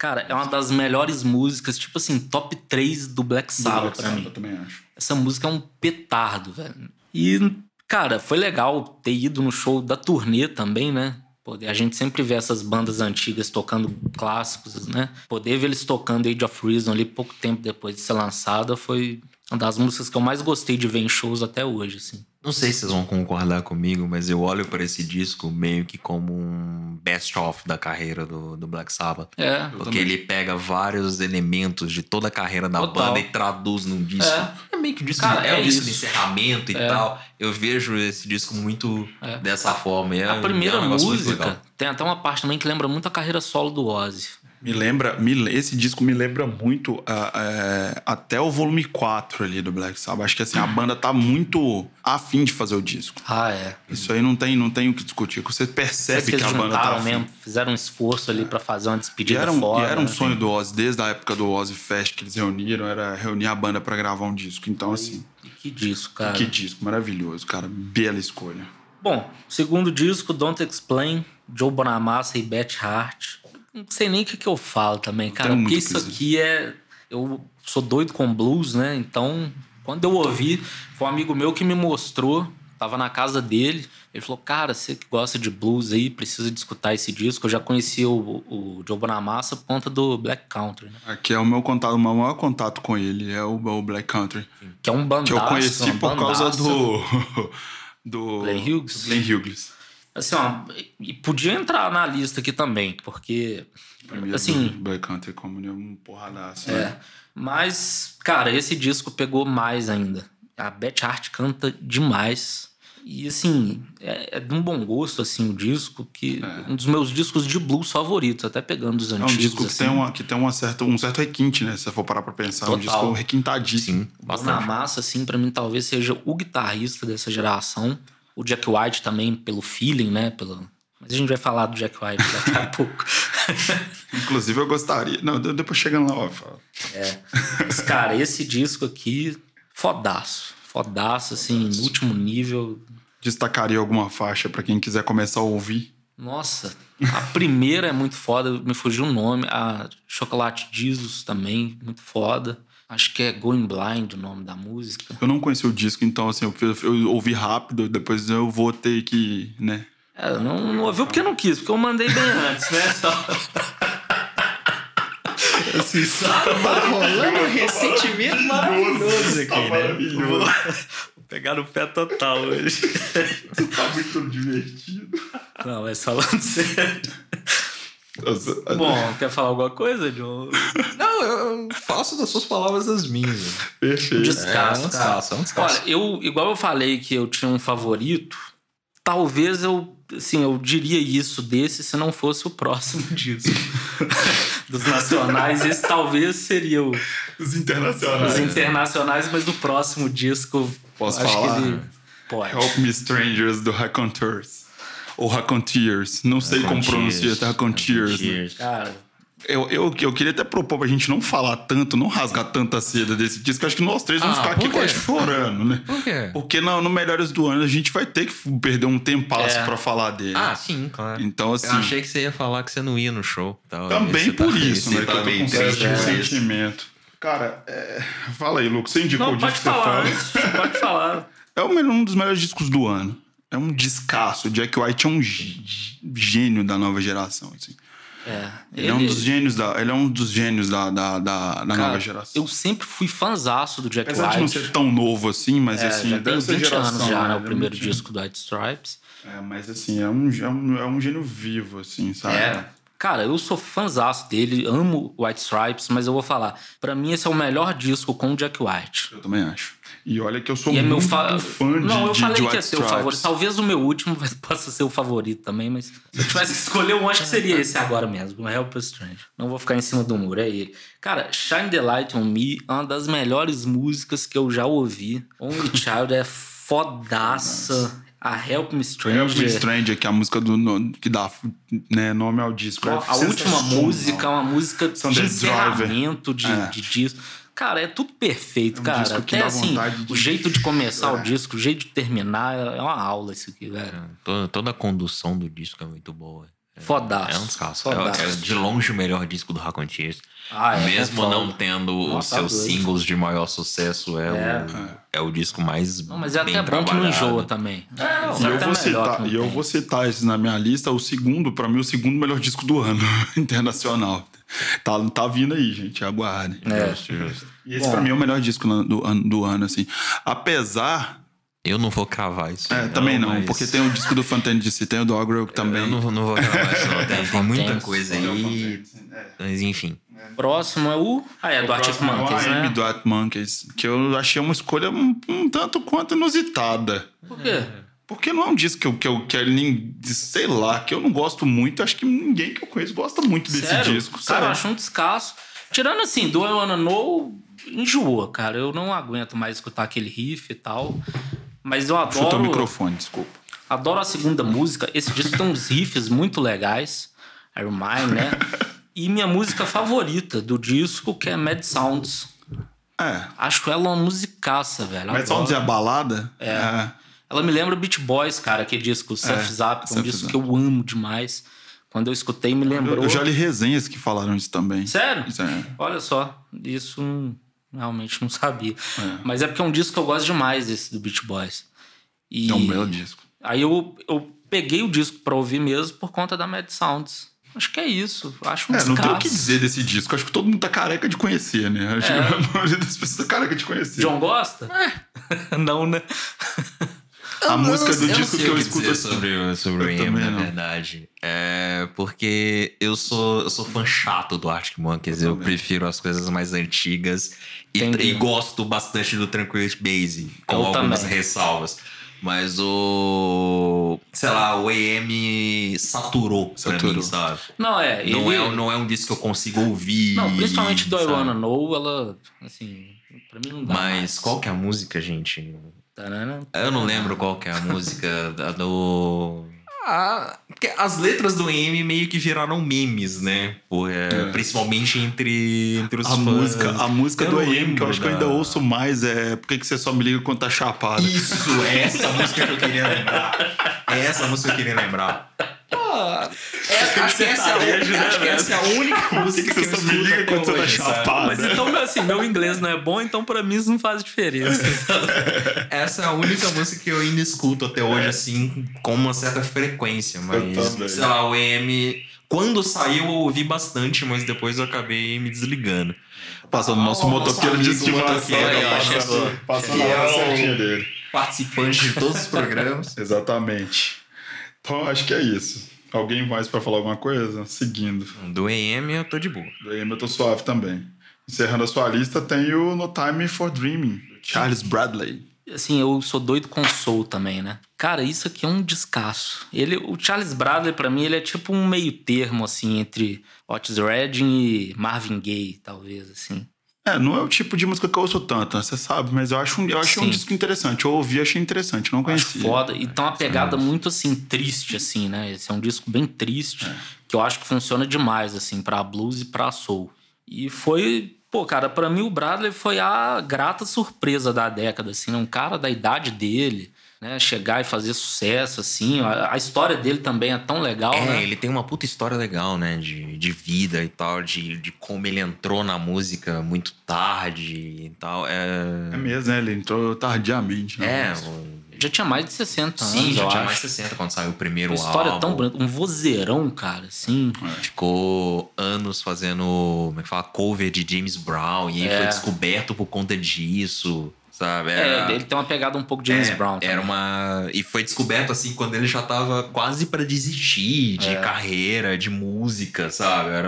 Cara, é uma das melhores músicas, tipo assim, top três do Black Sabbath Black pra Sabbath, mim. eu também acho. Essa música é um petardo, velho. E, cara, foi legal ter ido no show da turnê também, né? Poder, a gente sempre vê essas bandas antigas tocando clássicos, né? Poder ver eles tocando Age of Reason ali pouco tempo depois de ser lançada foi uma das músicas que eu mais gostei de ver em shows até hoje, assim. Não sei se vocês vão concordar comigo, mas eu olho para esse disco meio que como um best-of da carreira do, do Black Sabbath. É. Porque ele pega vários elementos de toda a carreira da Total. banda e traduz num disco. É, É meio que um disco, Cara, é um é disco de isso. encerramento e É. tal. Eu vejo esse disco muito É. dessa forma. E é, A primeira é um negócio muito música legal. tem até uma parte também que lembra muito a carreira solo do Ozzy. Me lembra, me, esse disco me lembra muito ah, é, até o volume quatro ali do Black Sabbath. Acho que assim, a banda tá muito afim de fazer o disco. Ah, é. Isso aí não tem, não tem o que discutir. Você percebe Parece que, eles a banda tá juntaram afim. mesmo, fizeram um esforço ali pra fazer uma E despedida era, um, fora. e era um né? sonho do Ozzy, desde a época do Ozzy Fest que eles reuniram, era reunir a banda pra gravar um disco. Então, assim, Que disco, cara. que disco maravilhoso, cara. Bela escolha. Bom, segundo disco, Don't Explain, Joe Bonamassa e Beth Hart. Não sei nem o que, que eu falo também, cara. tenho Porque muito isso o que dizer. aqui é... Eu sou doido com blues, né? Então, quando eu ouvi, foi um amigo meu que me mostrou. Tava na casa dele. Ele falou, cara, você que gosta de blues aí, precisa de escutar esse disco. Eu já conhecia o, o Joe Bonamassa por conta do Black Country, né? Aqui é o meu contato, o meu maior contato com ele, é o, o Black Country. Que é um bandaço. Que eu conheci uma por causa bandaça. do... do Glenn Hughes? do Glenn Hughes. Assim, ó, e podia entrar na lista aqui também, porque... Primeiro Assim, do Black Country como um porradaço. É. Né? Mas, cara, esse disco pegou mais ainda. A Beth Hart canta demais. E, assim, é, é de um bom gosto, assim, o disco, que É. um dos meus discos de blues favoritos, até pegando os É um antigos. disco que assim. tem, uma, que tem uma certa, um certo requinte, né? Se você for parar pra pensar. É um Total. disco requintadíssimo. Sim, Na bastante. massa, assim, pra mim, talvez seja o guitarrista dessa geração. O Jack White também, pelo feeling, né? Pelo... Mas a gente vai falar do Jack White daqui a pouco. Inclusive, eu gostaria... Não, depois chegando lá, ó, eu falo. É. Mas, cara, esse disco aqui, fodaço. Fodaço, assim, no último nível. Destacaria alguma faixa pra quem quiser começar a ouvir. Nossa, a primeira é muito foda, me fugiu o nome. A Chocolate Jesus também, muito foda. Acho que é Going Blind o nome da música. Eu não conheci o disco, então, assim, eu, eu ouvi rápido, depois eu vou ter que, né... É, eu não, não ouviu porque eu não quis, porque eu mandei bem antes, né? Só... assim, só... Tá rolando um ressentimento maravilhoso Tá maravilhoso. Vou pegar no pé total hoje. Tá muito divertido. Não, mas falando sério. Nossa, Bom, quer falar alguma coisa, John? Não, eu faço das suas palavras as minhas. perfeito. Descasso, É, um cara. descasso, é um descasso. Olha, eu, igual eu falei que eu tinha um favorito, talvez eu, assim, eu diria isso desse se não fosse o próximo disco. Dos nacionais, esse talvez seria o, Os internacionais. os internacionais, mas do próximo disco... Posso acho falar? que ele pode. Help Me Strangers, do Raconteurs. Ou Raconteers. Não sei como pronuncia, tá? Raconteers. né? Cara, Eu, eu, eu queria até propor pra gente não falar tanto, não rasgar tanta seda desse disco. Acho que nós três vamos Ah, ficar aqui por quê? quase chorando, né? Por quê? Porque no, no Melhores do Ano a gente vai ter que perder um tempasso É. pra falar dele. Ah, sim, claro. Então, assim... Eu achei que você ia falar que você não ia no show. Tal. Também Você por tá- isso, você né? Que tá eu tô meio com triste certo com isso. sentimento. Cara, é... fala aí, Lucas. Você indicou não, o disco pode que você falar fala? antes, pode falar. É o melhor- um dos melhores discos do ano. É um descasso. O Jack White é um gê- gênio da nova geração, assim. É, Ele, é um dos gênios da, ele é um dos gênios da, da, da, da cara, nova geração. eu sempre fui fanzaço do Jack Apesar White. de não ser tão novo assim, mas É, assim, já é tem dessa vinte geração. anos já, né? né? O Ele é primeiro muito- disco do White Stripes. É, mas assim, é um, é, um, é um gênio vivo, assim, sabe? É. Cara, eu sou fãzaço dele, amo White Stripes, mas eu vou falar, pra mim esse é o melhor disco com o Jack White. Eu também acho. E olha que eu sou E é muito meu fa... fã de, Não, eu de, falei de que White ia ser o Stripes. favorito. Talvez o meu último possa ser o favorito também, mas se eu tivesse que escolher um, acho que seria esse agora mesmo, Help Us Strange. Não vou ficar em cima do muro, é ele. Cara, Shine the Light on Me é uma das melhores músicas que eu já ouvi. Only Child é fodaça. A Help Me Strange. Help Me Stranger, que é a música do, no- que dá, né, nome ao disco. É A última sensacional. música é uma música de Sunday Driver. encerramento de, É. de disco. Cara, é tudo perfeito, É um cara. disco que Até dá assim, vontade de- o jeito de começar É. o disco, o jeito de terminar, é uma aula isso aqui, velho. Toda, toda a condução do disco é muito boa. Fodaço. É um descasso. Fodaço. É, é de longe o melhor disco do Raconteurs. Ah, é, Mesmo é não foda. tendo Nossa, os tá seus doido. singles de maior sucesso, é, É. O, é o disco mais Não, mas é bem até bom que não trabalhado. enjoa também. É, E eu, vou citar, e eu vou citar esse na minha lista, o segundo, pra mim, o segundo melhor disco do ano internacional. Tá, tá vindo aí, gente, aguardem. É. Justo, justo. E esse Bom. pra mim é o melhor disco na- do, ano- do ano, assim. Apesar. Eu não vou cravar isso. É, também não, mas- porque tem o disco do Fontaine D C, tem o do Agrel também. Eu não, não vou cravar isso, não. Tem, tem muita Fontaine. coisa aí. Mas enfim. Próximo é o... Ah, é, do Arctic Próximo é o Monkeys, A M né? do Arctic Monkeys, que eu achei uma escolha um, um tanto quanto inusitada. Por quê? Porque não é um disco que eu, que eu quero nem. Sei lá, que eu não gosto muito. Acho que ninguém que eu conheço gosta muito desse Sério? disco. Cara, eu sério. acho um descasso. Tirando assim, do I Wanna Know, enjoa, cara. Eu não aguento mais escutar aquele riff e tal. Mas eu Chuta o adoro... microfone, desculpa. Adoro a segunda música. Esse disco tem uns riffs muito legais. Iron Mine, né? E minha música favorita do disco, que é Mad Sounds. É. Acho ela uma musicaça, velho. Mas Adoro. só dizer a balada? É. Ela me lembra Beach Boys, cara, aquele disco Surf's Up, que é um Surf's disco Up. que eu amo demais. Quando eu escutei, me lembrou. Eu já li resenhas que falaram isso também. Sério? Sério. Olha só, isso hum, realmente não sabia. É. Mas é porque é um disco que eu gosto demais, esse do Beach Boys. E É um belo disco. aí eu, eu peguei o disco pra ouvir mesmo por conta da Mad Sounds. Acho que é isso. Acho um É, não tem o descasso. que dizer desse disco. Acho que todo mundo tá careca de conhecer, né? Acho É. que a maioria das pessoas tá careca de conhecer. John gosta? não, né? A música do Eu não disco sei que o eu que escuto dizer sobre, o- sobre o Eu E M, também na não. verdade. É porque eu sou, eu sou fã chato do Arctic Monkeys. Eu, também. prefiro as coisas mais antigas. E, Entendi. e gosto bastante do Tranquility Base, com Eu algumas também. ressalvas. Mas o... Sei lá, o E M saturou, pra Saturou. mim, sabe? Não, é. Ele... Não, é, não é um disco que eu consigo ouvir. Não, principalmente do I sabe? Wanna Know, ela, assim, pra mim não dá Mas mais. qual que é a música, gente? Tarana, Eu não lembro qual que é a música da- do... Ah, porque as letras do E M meio que viraram memes, né? Pô, é, Principalmente entre, entre os A fãs. música, a música Eu do não E M, que eu lembro acho que eu da- ainda ouço mais, é Por que que você só me liga quando tá chapado? Isso, é essa música que eu queria lembrar. É essa música que eu queria lembrar. Ah, é, acho que, essa é, a, sertanejo, né, acho que essa é a única música que eu Você só me escuto liga até quando você tá hoje, sabe? chapado. Mas então, assim, meu inglês não é bom, então pra mim isso não faz diferença. Essa é a única música que eu ainda escuto até hoje, assim, com uma certa frequência. Eu Mas, também. sei lá, o E M... Quando saiu eu ouvi bastante, mas depois eu acabei me desligando. Passando o nosso Ah, motoqueiro nosso de amigo estimação. motoqueiro aí, ó, Passando- chegou. Passando a hora certinha dele. Participante de todos os programas. Exatamente. Então, acho que é isso. Alguém mais pra falar alguma coisa? Seguindo. Do E M eu tô de boa. Do E M eu tô suave também. Encerrando a sua lista, tem o No Time for Dreaming, Charles Bradley. Assim, eu sou doido com soul também, né? Cara, isso aqui é um descasso. Ele, o Charles Bradley, pra mim, ele é tipo um meio termo, assim, entre Otis Redding e Marvin Gaye, talvez, assim. É, não é o tipo de música que eu ouço tanto, né? Você sabe, mas eu acho um, eu achei um Sim. disco interessante. Eu ouvi e achei interessante, não Acho conhecia. foda. E tem uma pegada muito, assim, triste, assim, né? Esse é um disco bem triste, que eu acho que funciona demais, assim, pra blues e pra soul. E foi... Pô, cara, pra mim o Bradley foi a grata surpresa da década, assim, né? Um cara da idade dele, né? Chegar e fazer sucesso, assim. A, a história dele também é tão legal, É, né? ele tem uma puta história legal, né? De, de vida e tal, de, de como ele entrou na música muito tarde e tal. É É, mesmo, né? Ele entrou tardiamente. Né? é o- Já tinha mais de sessenta anos, sim, já eu tinha acho. mais de sessenta quando saiu o primeiro Uma história álbum. tão bonita. Um vozeirão, cara, assim. Ficou anos fazendo, como é que fala, cover de James Brown. E aí É. foi descoberto por conta disso, sabe? É, Era- ele tem uma pegada um pouco James É, Brown também. Era uma. E foi descoberto assim quando ele já tava quase pra desistir de É. carreira, de música, sabe? Era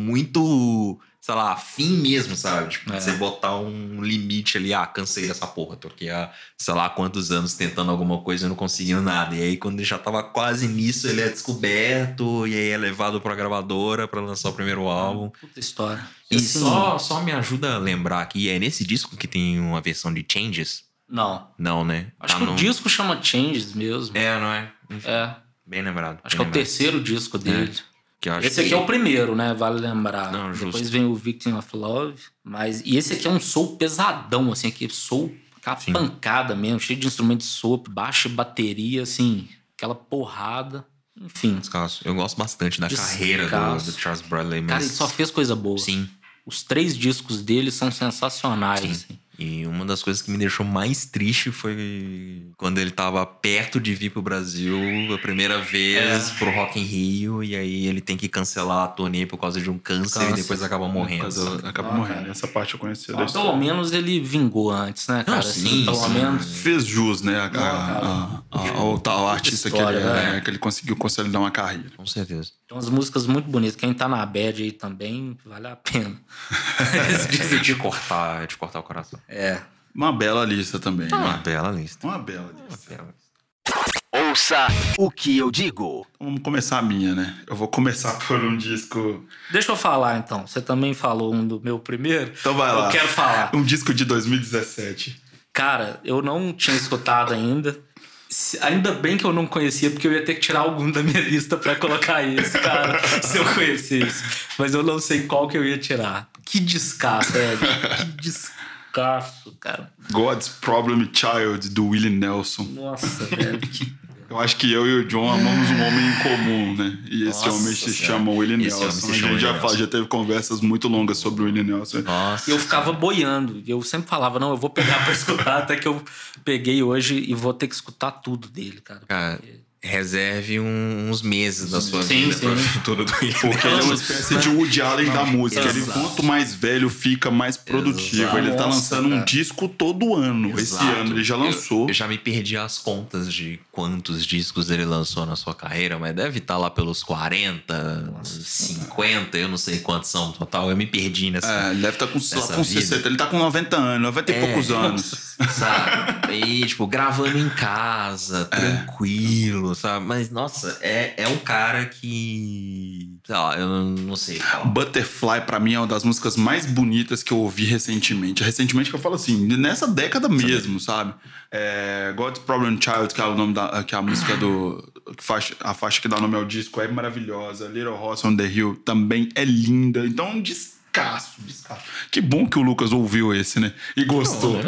muito, sei lá, fim mesmo, sabe? Tipo, É. você botar um limite ali, ah, cansei dessa porra, tô aqui há sei lá quantos anos tentando alguma coisa e não conseguindo nada. E aí, quando ele já tava quase nisso, ele é descoberto e aí é levado pra gravadora pra lançar o primeiro álbum. Puta história. E Assim, só, só me ajuda a lembrar aqui, é nesse disco que tem uma versão de Changes? Não. Não, né? Acho Tá que no- o disco chama Changes mesmo. É, não é? Enfim, É. bem lembrado. Acho que bem é o lembrado. terceiro disco dele. Que eu acho Esse aqui que- é o primeiro, né? Vale lembrar. Não, justo. Depois vem o Victim of Love. Mas... E esse aqui é um soul pesadão, assim. Aqui, soul, aquela Sim. pancada mesmo. Cheio de instrumento de sopro, baixo e bateria, assim. Aquela porrada. Enfim. Eu gosto bastante da Descasso. carreira do, do Charles Bradley. Mas... Cara, ele só fez coisa boa. Sim. Os três discos dele são sensacionais. Sim. Assim. E uma das coisas que me deixou mais triste foi quando ele tava perto de vir pro Brasil a primeira vez é. pro Rock in Rio, e aí ele tem que cancelar a turnê por causa de um câncer, câncer. e depois acaba morrendo. Causa, acaba ah, morrendo. Cara. Essa parte eu conheci. Ah, pelo menos ele vingou antes, né, cara? Não, sim, assim, pelo sim. menos fez jus, né? A, a, a, a, ao tal artista história, que ele é, né? que ele conseguiu consolidar uma carreira. Com certeza. Tem umas músicas muito bonitas. Quem tá na bad aí também, vale a pena. de cortar, de cortar o coração. É. Uma bela lista também. Uma né? bela lista. Uma bela lista. Uma bela lista. Ouça o que eu digo. Vamos começar a minha, né? Eu vou começar por um disco... Deixa eu falar, então. Você também falou um do meu primeiro. Então vai lá. Eu quero falar. Um disco de dois mil e dezessete. Cara, eu não tinha escutado ainda. Ainda bem que eu não conhecia, porque eu ia ter que tirar algum da minha lista pra colocar esse, cara. Se eu conhecesse. Mas eu não sei qual que eu ia tirar. Que descasso, é. Que descasso. Cara. God's Problem Child, do Willie Nelson. Nossa, velho. Eu acho que eu e o John amamos um homem em comum, né? E esse Nossa, homem se senhora. chama Willie Esse Nelson. A chama gente já, Willie fala, Nelson. já teve conversas muito longas sobre o Willie Nelson. Nossa. Eu ficava boiando. Eu sempre falava, não, eu vou pegar pra escutar, até que eu peguei hoje e vou ter que escutar tudo dele, cara. Cara, reserve um, uns meses da sua sim, vida sim. para o futuro do Willie Porque ele é uma espécie de Woody Allen da música. Ele, Exato. quanto mais velho fica, mais produtivo. Exato. Ele tá Nossa, lançando cara. um disco todo ano. Esse Exato. ano ele já lançou. Eu, eu já me perdi as contas de quantos discos ele lançou na sua carreira, mas deve estar lá pelos quarenta, cinquenta, eu não sei quantos são no total. Eu me perdi nessa. É, ele deve estar com, lá Nessa com vida. sessenta. Ele tá com noventa anos, noventa e É. poucos anos. Sabe? E, tipo, gravando em casa, tranquilo, sabe? Mas, nossa, é, é um cara que. Sei lá, eu não sei falar. Butterfly, pra mim, é uma das músicas mais bonitas que eu ouvi recentemente. Recentemente que eu falo assim, nessa década mesmo, sabe? É, God's Problem Child, que é o nome da que é a música do... Que faz, a faixa que dá nome ao disco é maravilhosa. Little House on the Hill também é linda. Então, um descasso, descasso. Que bom que o Lucas ouviu esse, né? E gostou.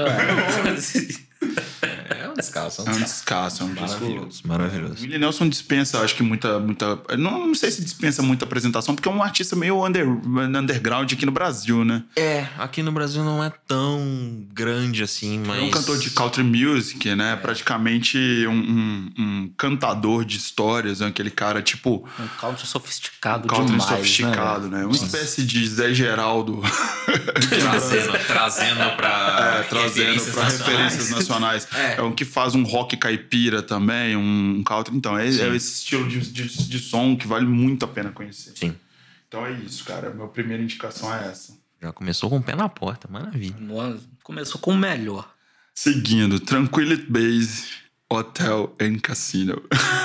É um descasso, É um descasso, é um disco maravilhoso. Maravilhoso. Willie Nelson dispensa, acho que muita, muita... Não, não sei se dispensa muita apresentação, porque é um artista meio under, underground aqui no Brasil, né? É, aqui no Brasil não é tão grande assim, mas... É um cantor de country music, né? Praticamente um, um, um cantador de histórias, né? Aquele cara, tipo... Um country sofisticado country demais, sofisticado, né? né? Uma espécie de Zé Geraldo. trazendo, trazendo pra É, trazendo referências pra nacionais. referências nacionais. É. É um que faz um rock caipira também, um country. Então, é, é esse estilo de, de, de som que vale muito a pena conhecer. Sim. Então é isso, cara. Minha primeira indicação é essa. Já começou com o pé na porta, maravilha. Começou com o melhor. Seguindo, Tranquility Base, Hotel and Casino,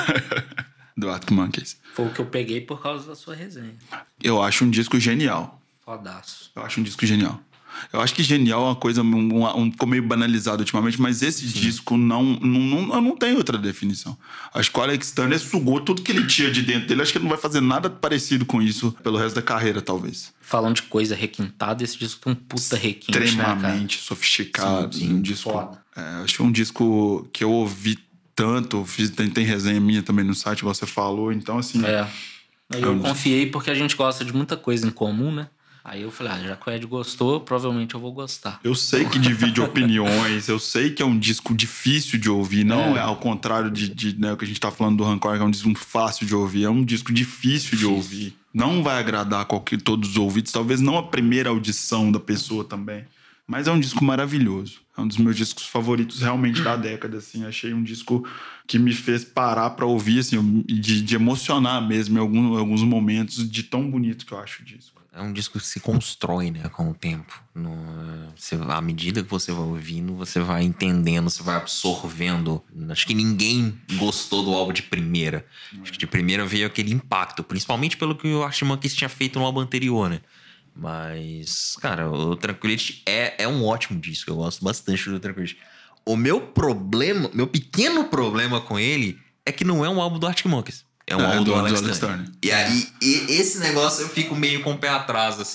do Arctic Monkeys. Foi o que eu peguei por causa da sua resenha. Eu acho um disco genial. Fodaço. Eu acho um disco genial. Eu acho que genial é uma coisa, um, um, ficou meio banalizado ultimamente, mas esse Sim. disco não, não, não, não tem outra definição. Acho que o Alex Turner sugou tudo que ele tinha de dentro dele. Acho que ele não vai fazer nada parecido com isso pelo resto da carreira, talvez. Falando de coisa requintada, esse disco tem um puta requinte, Extremamente né, sofisticado. Sim, sim, um disco, foda. é, acho que é um disco que eu ouvi tanto, fiz, tem, tem resenha minha também no site, você falou, então assim... É, aí é eu um confiei porque a gente gosta de muita coisa em comum, né? Aí eu falei, ah, já que o Ed gostou, provavelmente eu vou gostar. Eu sei que divide opiniões, eu sei que é um disco difícil de ouvir, não é, É. ao contrário de, de né, o que a gente tá falando do Rancor, que é um disco fácil de ouvir, é um disco difícil, difícil. de ouvir. Não vai agradar qualquer, todos os ouvidos, talvez não a primeira audição da pessoa também, mas é um disco maravilhoso. É um dos meus discos favoritos realmente da década, assim. Achei um disco que me fez parar pra ouvir, assim, de, de emocionar mesmo em alguns, alguns momentos, de tão bonito que eu acho o disco. É um disco que se constrói, né, com o tempo. No, você, à medida que você vai ouvindo, você vai entendendo, você vai absorvendo. Acho que ninguém gostou do álbum de primeira. Acho que de primeira veio aquele impacto, principalmente pelo que o Arctic Monkeys tinha feito no álbum anterior, né? Mas, cara, o Tranquility é, é um ótimo disco. Eu gosto bastante do Tranquility. O meu problema, meu pequeno problema com ele é que não é um álbum do Arctic Monkeys. É um É, álbum do do Alex Alex Turner. Turner. E aí, e esse negócio eu fico meio com o pé atrás, assim.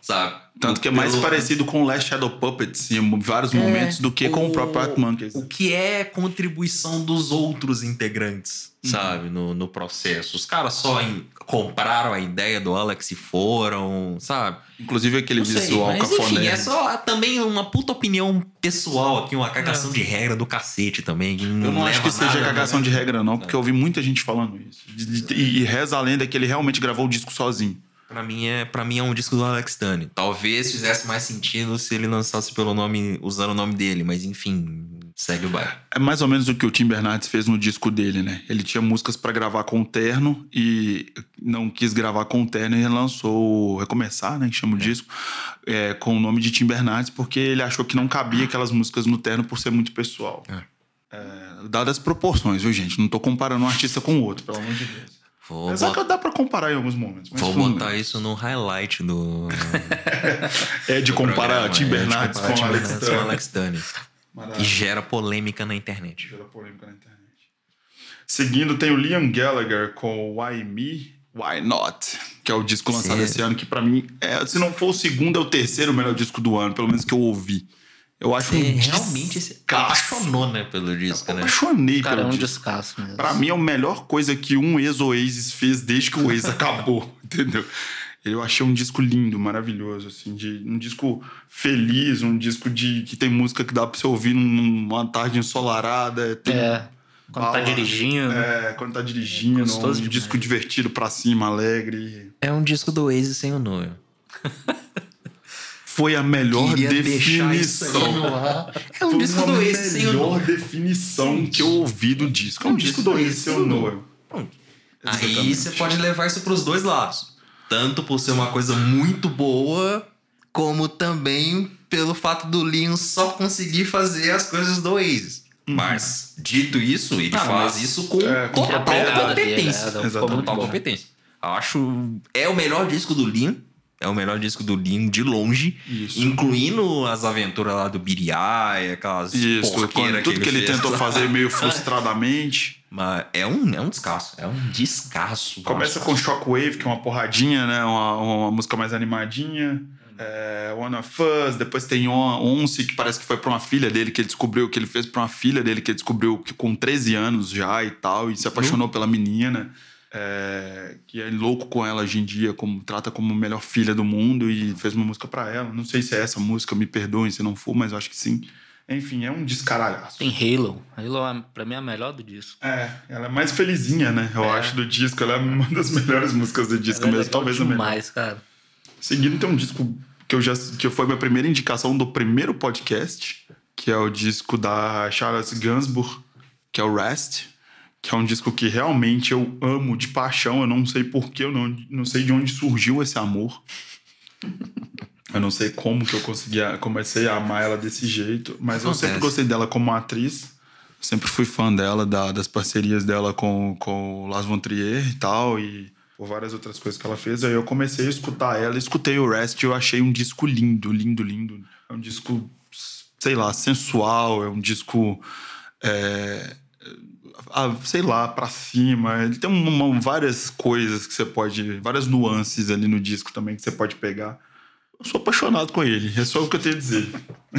sabe? Tanto que é mais Pelo- parecido com o Last Shadow Puppets em vários momentos do que com o próprio Art Monkeys. O que é contribuição dos outros integrantes, uhum. sabe? No, no processo. Os caras só em, compraram a ideia do Alex e foram, sabe? Inclusive aquele Não sei, visual mas cafoné. enfim, é só também uma puta opinião pessoal aqui, uma cagação é. de regra do cacete também. Não eu não acho que seja cagação de regra, não, porque eu ouvi muita gente falando isso. E, e reza a lenda que ele realmente gravou o disco sozinho. Pra mim, é, pra mim é um disco do Alex Turner. Talvez fizesse mais sentido se ele lançasse pelo nome, usando o nome dele, mas enfim, segue o bairro. É mais ou menos o que o Tim Bernardes fez no disco dele, né? Ele tinha músicas pra gravar com o Terno e não quis gravar com o Terno e lançou o Recomeçar, né? Que chama o é. disco, é, com o nome de Tim Bernardes, porque ele achou que não cabia aquelas músicas no Terno por ser muito pessoal. É. É, dadas as proporções, viu, gente? Não tô comparando um artista com o outro, pelo amor de Deus. Vou Apesar bot... que dá pra comparar em alguns momentos. Vou botar bem. Isso no highlight do. é de comparar Tim Bernardes com, com Alex Turner. Que gera polêmica na internet. Gera polêmica na internet. Seguindo, tem o Liam Gallagher com Why Me, Why Not? Que é o disco lançado Sim. esse ano, que pra mim, é, se não for o segundo, é o terceiro melhor disco do ano, pelo menos que eu ouvi. Eu acho Você um realmente se apaixonou, né, pelo disco, eu né? apaixonei Cara, pelo é um disco. descasso mesmo. Pra mim é a melhor coisa que um ex-Oasis fez desde que o Oasis acabou, entendeu? Eu achei um disco lindo, maravilhoso, assim, de um disco feliz, um disco de que tem música que dá pra você ouvir numa tarde ensolarada. Tem é, quando bala, tá dirigindo. É, quando tá dirigindo, é um demais. Disco divertido pra cima, alegre. É um disco do Oasis sem o Noel. Foi a melhor Queria definição. É um Foi disco do Oasis sem o Noel. A melhor definição que eu ouvi do disco. É um, um disco do Oasis sem o Noel. Aí você pode levar isso pros dois lados. Tanto por ser uma coisa muito boa, como também pelo fato do Liam só conseguir fazer as coisas do Oasis. Uhum. Mas, dito isso, ele ah, faz isso com é, total competência. Dele, é, com total competência. Acho... É o melhor disco do Liam. É o melhor disco do Liam de longe. Isso. Incluindo as aventuras lá do Beery Eye, aquelas porqueiras tudo que, que ele, ele tentou fazer meio frustradamente. Mas é um, é um descasso. É um descasso. Começa com Shockwave, que é uma porradinha, né? Uma, uma música mais animadinha. É, One of Us. Depois tem Once, que parece que foi pra uma filha dele, que ele descobriu, que ele fez pra uma filha dele, que ele descobriu que com treze anos já e tal, e se apaixonou uhum. pela menina. É, que é louco com ela hoje em dia, como, trata como a melhor filha do mundo e fez uma música pra ela. Não sei se é essa música, me perdoem se não for, mas eu acho que sim. Enfim, é um descaralhaço. Tem Halo. Halo, pra mim, é a melhor do disco. É, ela é mais felizinha, né? Eu é. acho, do disco. Ela é uma das melhores músicas do disco ela mesmo, é talvez a melhor. Demais, cara. Seguindo, tem um disco que, eu já, que foi a minha primeira indicação do primeiro podcast, que é o disco da Charlotte Gainsbourg, que é o Rest. Que é um disco que realmente eu amo de paixão. Eu não sei porquê, eu não, não sei de onde surgiu esse amor. Eu não sei como que eu consegui, comecei a amar ela desse jeito. Mas Acontece. eu sempre gostei dela como atriz. Sempre fui fã dela, da, das parcerias dela com, com o Lars von Trier e tal. E por várias outras coisas que ela fez. Aí eu comecei a escutar ela. Escutei o Rest e eu achei um disco lindo, lindo, lindo. É um disco, sei lá, sensual. É um disco... É, Ah, sei lá, pra cima. Ele tem uma, uma, várias coisas que você pode... Várias nuances ali no disco também que você pode pegar. Eu sou apaixonado com ele. É só o que eu tenho a dizer.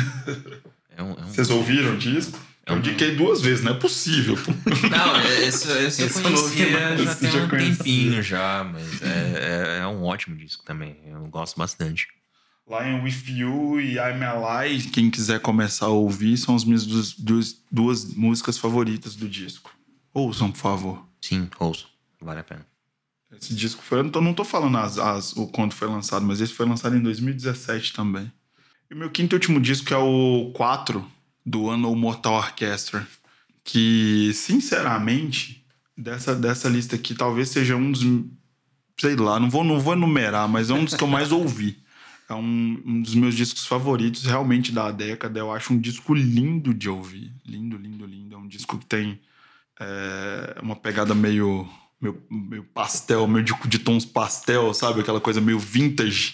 É um, é um... Vocês ouviram o disco? É um... Eu indiquei duas vezes, não é possível. Não, esse, esse, esse eu conhecia já tem já um conhecia. tempinho já. Mas é, é, é um ótimo disco também. Eu gosto bastante. Lion With You e I'm Alive, quem quiser começar a ouvir, são as minhas duas, duas, duas músicas favoritas do disco. Ouçam, por favor. Sim, ouçam. Vale a pena. Esse disco foi... Eu não tô, não tô falando as, as, o quando foi lançado, mas esse foi lançado em dois mil e dezessete também. E o meu quinto e último disco é o quatro, do Unknown Mortal Orchestra, que, sinceramente, dessa, dessa lista aqui, talvez seja um dos... Sei lá, não vou, não vou enumerar, mas é um dos que eu mais ouvi. É um, um dos meus discos favoritos, realmente, da década. Eu acho um disco lindo de ouvir. Lindo, lindo, lindo. É um disco que tem é, uma pegada meio, meio, meio pastel, meio de, de tons pastel, sabe? Aquela coisa meio vintage.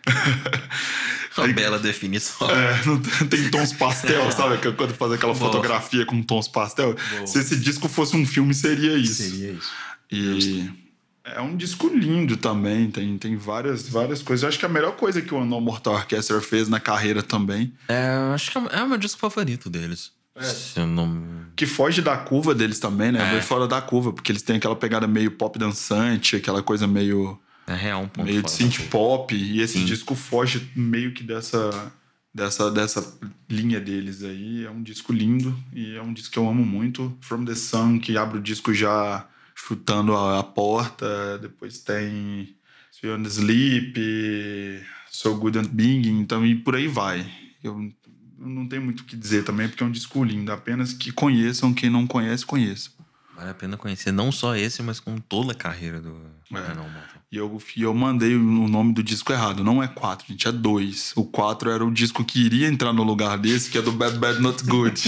Uma Aí, bela definição. É, não tem tons pastel, sabe? Quando faz aquela Boa. fotografia com tons pastel. Boa. Se esse disco fosse um filme, seria isso. Seria isso. E... É um disco lindo também, tem, tem várias, várias coisas. Eu acho que a melhor coisa que o No Mortal Orchestra fez na carreira também... É, eu acho que é o meu disco favorito deles. É. Se eu não... Que foge da curva deles também, né? É. Vai fora da curva, porque eles têm aquela pegada meio pop dançante, aquela coisa meio... É real, um ponto meio de fora da synth curva. pop. E esse Sim. disco foge meio que dessa, dessa, dessa linha deles aí. É um disco lindo e é um disco que eu amo muito. From the Sun, que abre o disco já chutando a, a porta. Depois tem Beyond the Sleep, So Good and Being, então, e por aí vai. Eu, eu não tenho muito o que dizer também, porque é um disco lindo. Apenas que conheçam, quem não conhece, conheça. Vale a pena conhecer não só esse, mas com toda a carreira do É. Renan Mortal. E eu, e eu mandei o nome do disco errado. Não é quatro, gente, é dois. O quatro era o disco que iria entrar no lugar desse, que é do Bad Bad Not Good.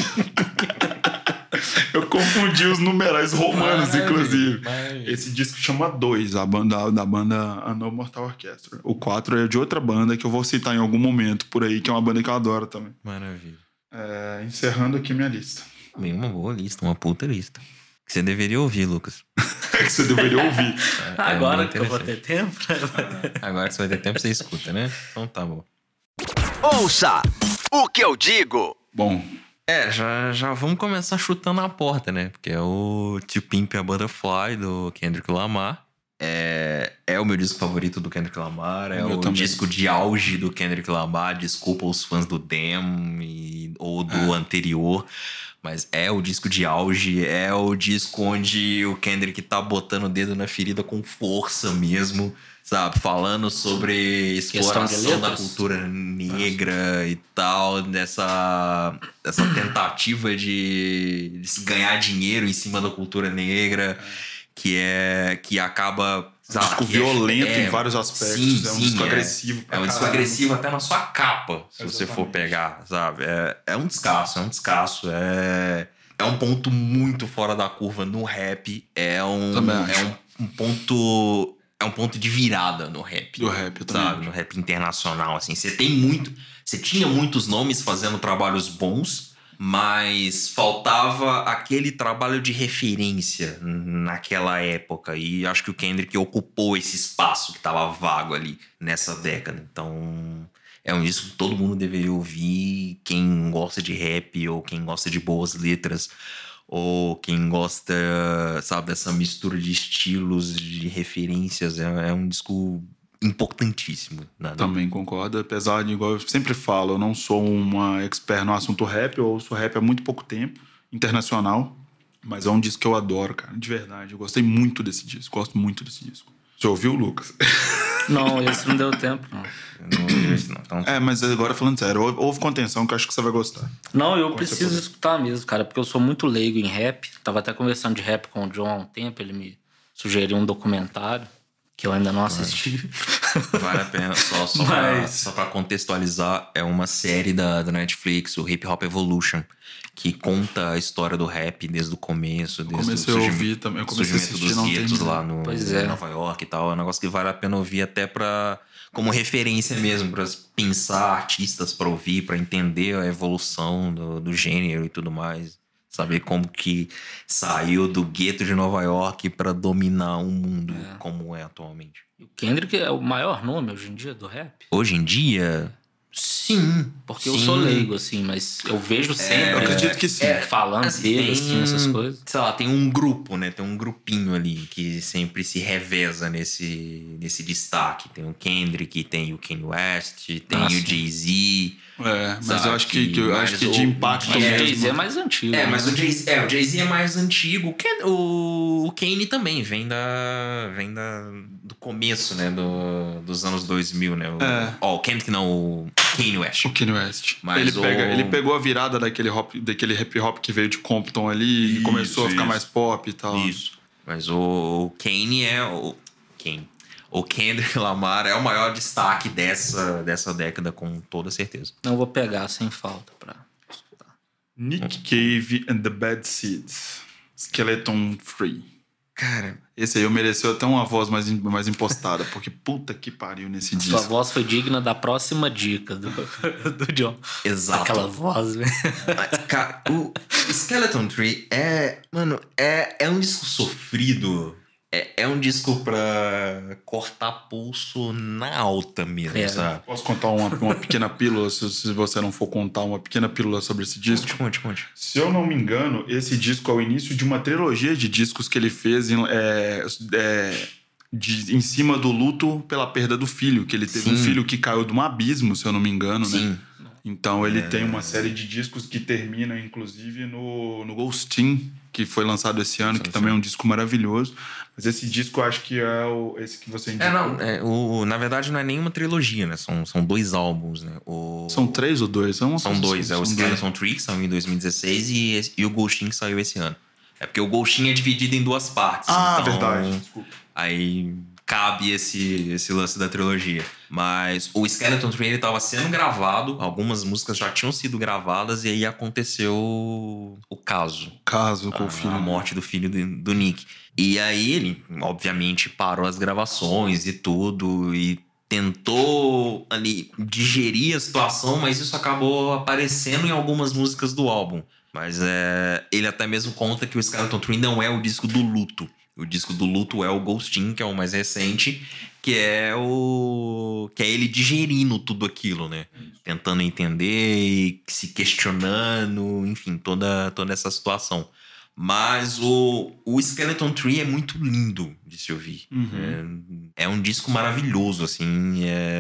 Eu confundi os numerais romanos, Maravilha, inclusive. maravilha. Esse disco chama dois, a banda, da banda A No Mortal Orchestra. O quatro é de outra banda que eu vou citar em algum momento por aí, que é uma banda que eu adoro também. Maravilha. É, encerrando aqui minha lista. Bem, uma boa lista, uma puta lista. Que você deveria ouvir, Lucas. É que você deveria ouvir. É, é Agora bem que eu vou ter interessante. tempo. Agora que você vai ter tempo, você escuta, né? Então tá bom. Ouça o que eu digo. Bom, É, já, já vamos começar chutando a porta, né? Porque é o To Pimp a Butterfly, do Kendrick Lamar. É, é o meu disco favorito do Kendrick Lamar. É O meu o também. disco de auge do Kendrick Lamar. Desculpa os fãs do Dem e, ou do anterior. Mas é o disco de auge. É o disco onde o Kendrick tá botando o dedo na ferida com força mesmo. Sabe? Falando sobre Questão de exploração da letras. cultura negra e tal. Dessa, dessa tentativa de, de se ganhar dinheiro em cima da cultura negra. Que é... Que acaba... um sabe, disco que é- violento é- em vários aspectos. sim, é um sim, disco é. agressivo. pra É um disco caralho. agressivo até na sua capa, se você for Exatamente. pegar, sabe? É, é um descasso, é um descasso. É, é um ponto muito fora da curva no rap. É um, Também acho. é um, um ponto... É um ponto de virada no rap. Do rap, eu também sabe? acho. No rap internacional, assim. Você tem muito... Você tinha muitos nomes fazendo trabalhos bons, mas faltava aquele trabalho de referência naquela época. E acho que o Kendrick ocupou esse espaço que estava vago ali nessa década. Então, é um disco que todo mundo deveria ouvir. Quem gosta de rap ou quem gosta de boas letras, ou quem gosta, sabe, dessa mistura de estilos, de referências. É, é um disco importantíssimo. Né? Também concordo, apesar de, igual eu sempre falo, eu não sou uma expert no assunto rap, eu ouço rap há muito pouco tempo, internacional, mas é um disco que eu adoro, cara, de verdade. Eu gostei muito desse disco, gosto muito desse disco. Você ouviu, Lucas? Não, esse não deu tempo, não. Eu não ouvi isso, não. Então, É, mas agora falando sério, ouve ouve com atenção que eu acho que você vai gostar. Não, eu Quando você preciso puder. escutar mesmo, cara, porque eu sou muito leigo em rap. Tava até conversando de rap com o John há um tempo, ele me sugeriu um documentário que eu ainda não assisti. vale a pena. Só, só, pra, Mas- só pra contextualizar, é uma série da, da Netflix, o Hip Hop Evolution, que conta a história do rap desde o começo, desde Comecei o a surgimento, ouvir também, eu comecei a surgimento assistir, dos não guetos terminei. lá no, Pois é. em Nova York e tal. É um negócio que vale a pena ouvir até pra... como referência mesmo, pra pensar artistas pra ouvir, pra entender a evolução do, do gênero e tudo mais. Saber como que saiu do gueto de Nova York pra dominar o mundo É. como é atualmente. O Kendrick é o maior nome hoje em dia do rap? Hoje em dia, sim. Porque eu sim. sou leigo, assim, mas eu vejo sempre. eu acredito que sim. é, falando Assim, dele, tem, assim, essas coisas. sei lá, tem um grupo, né? Tem um grupinho ali que sempre se reveza nesse, nesse destaque. Tem o Kendrick, tem o Kanye West, tem Ah, o sim. Jay-Z. É, mas Sabe, eu acho que, que eu mas acho que o- de impacto Mas É, o mesmo. Jay-Z é mais antigo. É, né? mas o Jay-Z é, o Jay-Z é mais antigo. O, Ken, o, o Kanye também vem da vem da, do começo, né? Do, dos anos dois mil, né? O, É. Ó, o Kendrick não, o Kanye West. O Kanye West. Mas ele, o- pega, ele pegou a virada daquele, hop, daquele hip hop que veio de Compton ali e Isso, começou a ficar isso. mais pop e tal. Isso. Mas o Kanye é o. Kanye. O Kendrick Lamar é o maior destaque dessa, dessa década, com toda certeza. Não vou pegar sem falta pra escutar. Nick Cave and the Bad Seeds. Skeleton Free. Cara, Esse aí eu mereceu até uma voz mais, mais impostada, porque puta que pariu nesse Sua disco. voz foi digna da próxima dica do, do John. exato. Aquela voz, velho. Mas, cara, o Skeleton Tree é. Mano, é, é um disco sofrido. É, é um disco pra cortar pulso na alta mesmo, É. sabe? Posso contar uma, uma pequena pílula, se, se você não for contar uma pequena pílula sobre esse disco? Conte, conte, conte. Se eu não me engano, esse disco é o início de uma trilogia de discos que ele fez em, é, é, de, em cima do luto pela perda do filho. Que ele teve Sim. um filho que caiu de um abismo, se eu não me engano, né? Sim. Então ele tem uma série de discos que terminam, inclusive, no, no Ghostin, que foi lançado esse ano, que também é um disco maravilhoso. Mas esse disco eu acho que é o, esse que você indicou. É, não, é, o, na verdade não é nenhuma trilogia, né? São, são dois álbuns, né? O, São três ou dois? São, São dois, é o são Skeleton Tree, que saiu em dois mil e dezesseis, e, esse- e o Ghostin, que saiu esse ano. É porque o Ghostin é dividido em duas partes. Ah, então, verdade, desculpa. Aí cabe esse, esse lance da trilogia. Mas o Skeleton Tree, ele tava sendo gravado, algumas músicas já tinham sido gravadas, e aí aconteceu o caso. Caso com a, o filho. a morte do filho do, do Nick. E aí ele, obviamente, parou as gravações e tudo, e tentou ali digerir a situação, mas isso acabou aparecendo em algumas músicas do álbum. Mas é, ele até mesmo conta que o Skeleton Tree não é o disco do luto. O disco do luto é o Ghostin, que é o mais recente, que é o que é ele digerindo tudo aquilo, né? Tentando entender e se questionando, enfim, toda, toda essa situação. Mas o, o Skeleton Tree é muito lindo de se ouvir. Uhum. É, é um disco maravilhoso, assim.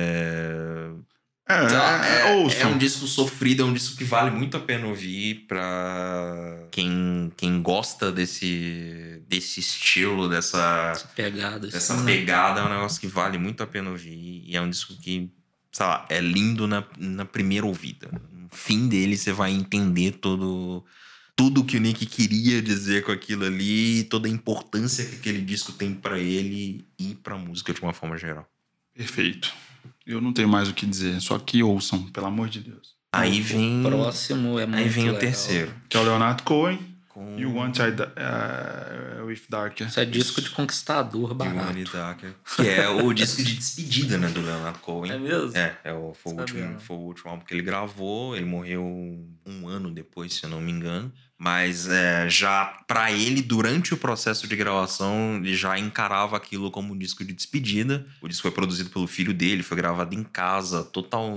É, É, é, é, ouçam. é um disco sofrido, é um disco que vale muito a pena ouvir pra quem, quem gosta desse, desse estilo, dessa, Pegada. dessa assim, né? pegada. É um negócio que vale muito a pena ouvir. E é um disco que, sei lá, é lindo na, na primeira ouvida. No fim dele, você vai entender todo... tudo que o Nick queria dizer com aquilo ali, toda a importância que aquele disco tem pra ele e pra música de uma forma geral. Perfeito. Eu não tenho mais o que dizer, só que ouçam, pelo amor de Deus. Aí vem, O próximo é muito aí vem o legal. terceiro. Que é o Leonard Cohen Com e o Want I Da- eh, with Darker. Isso é disco de conquistador de barato. One Darker, que é o disco de despedida, né, do Leonard Cohen. É mesmo? É, é o, foi, o Sabia, último, não. foi o último álbum que ele gravou. Ele morreu um ano depois, se eu não me engano. Mas é, já pra ele, durante o processo de gravação, ele já encarava aquilo como um disco de despedida. O disco foi produzido pelo filho dele, foi gravado em casa, total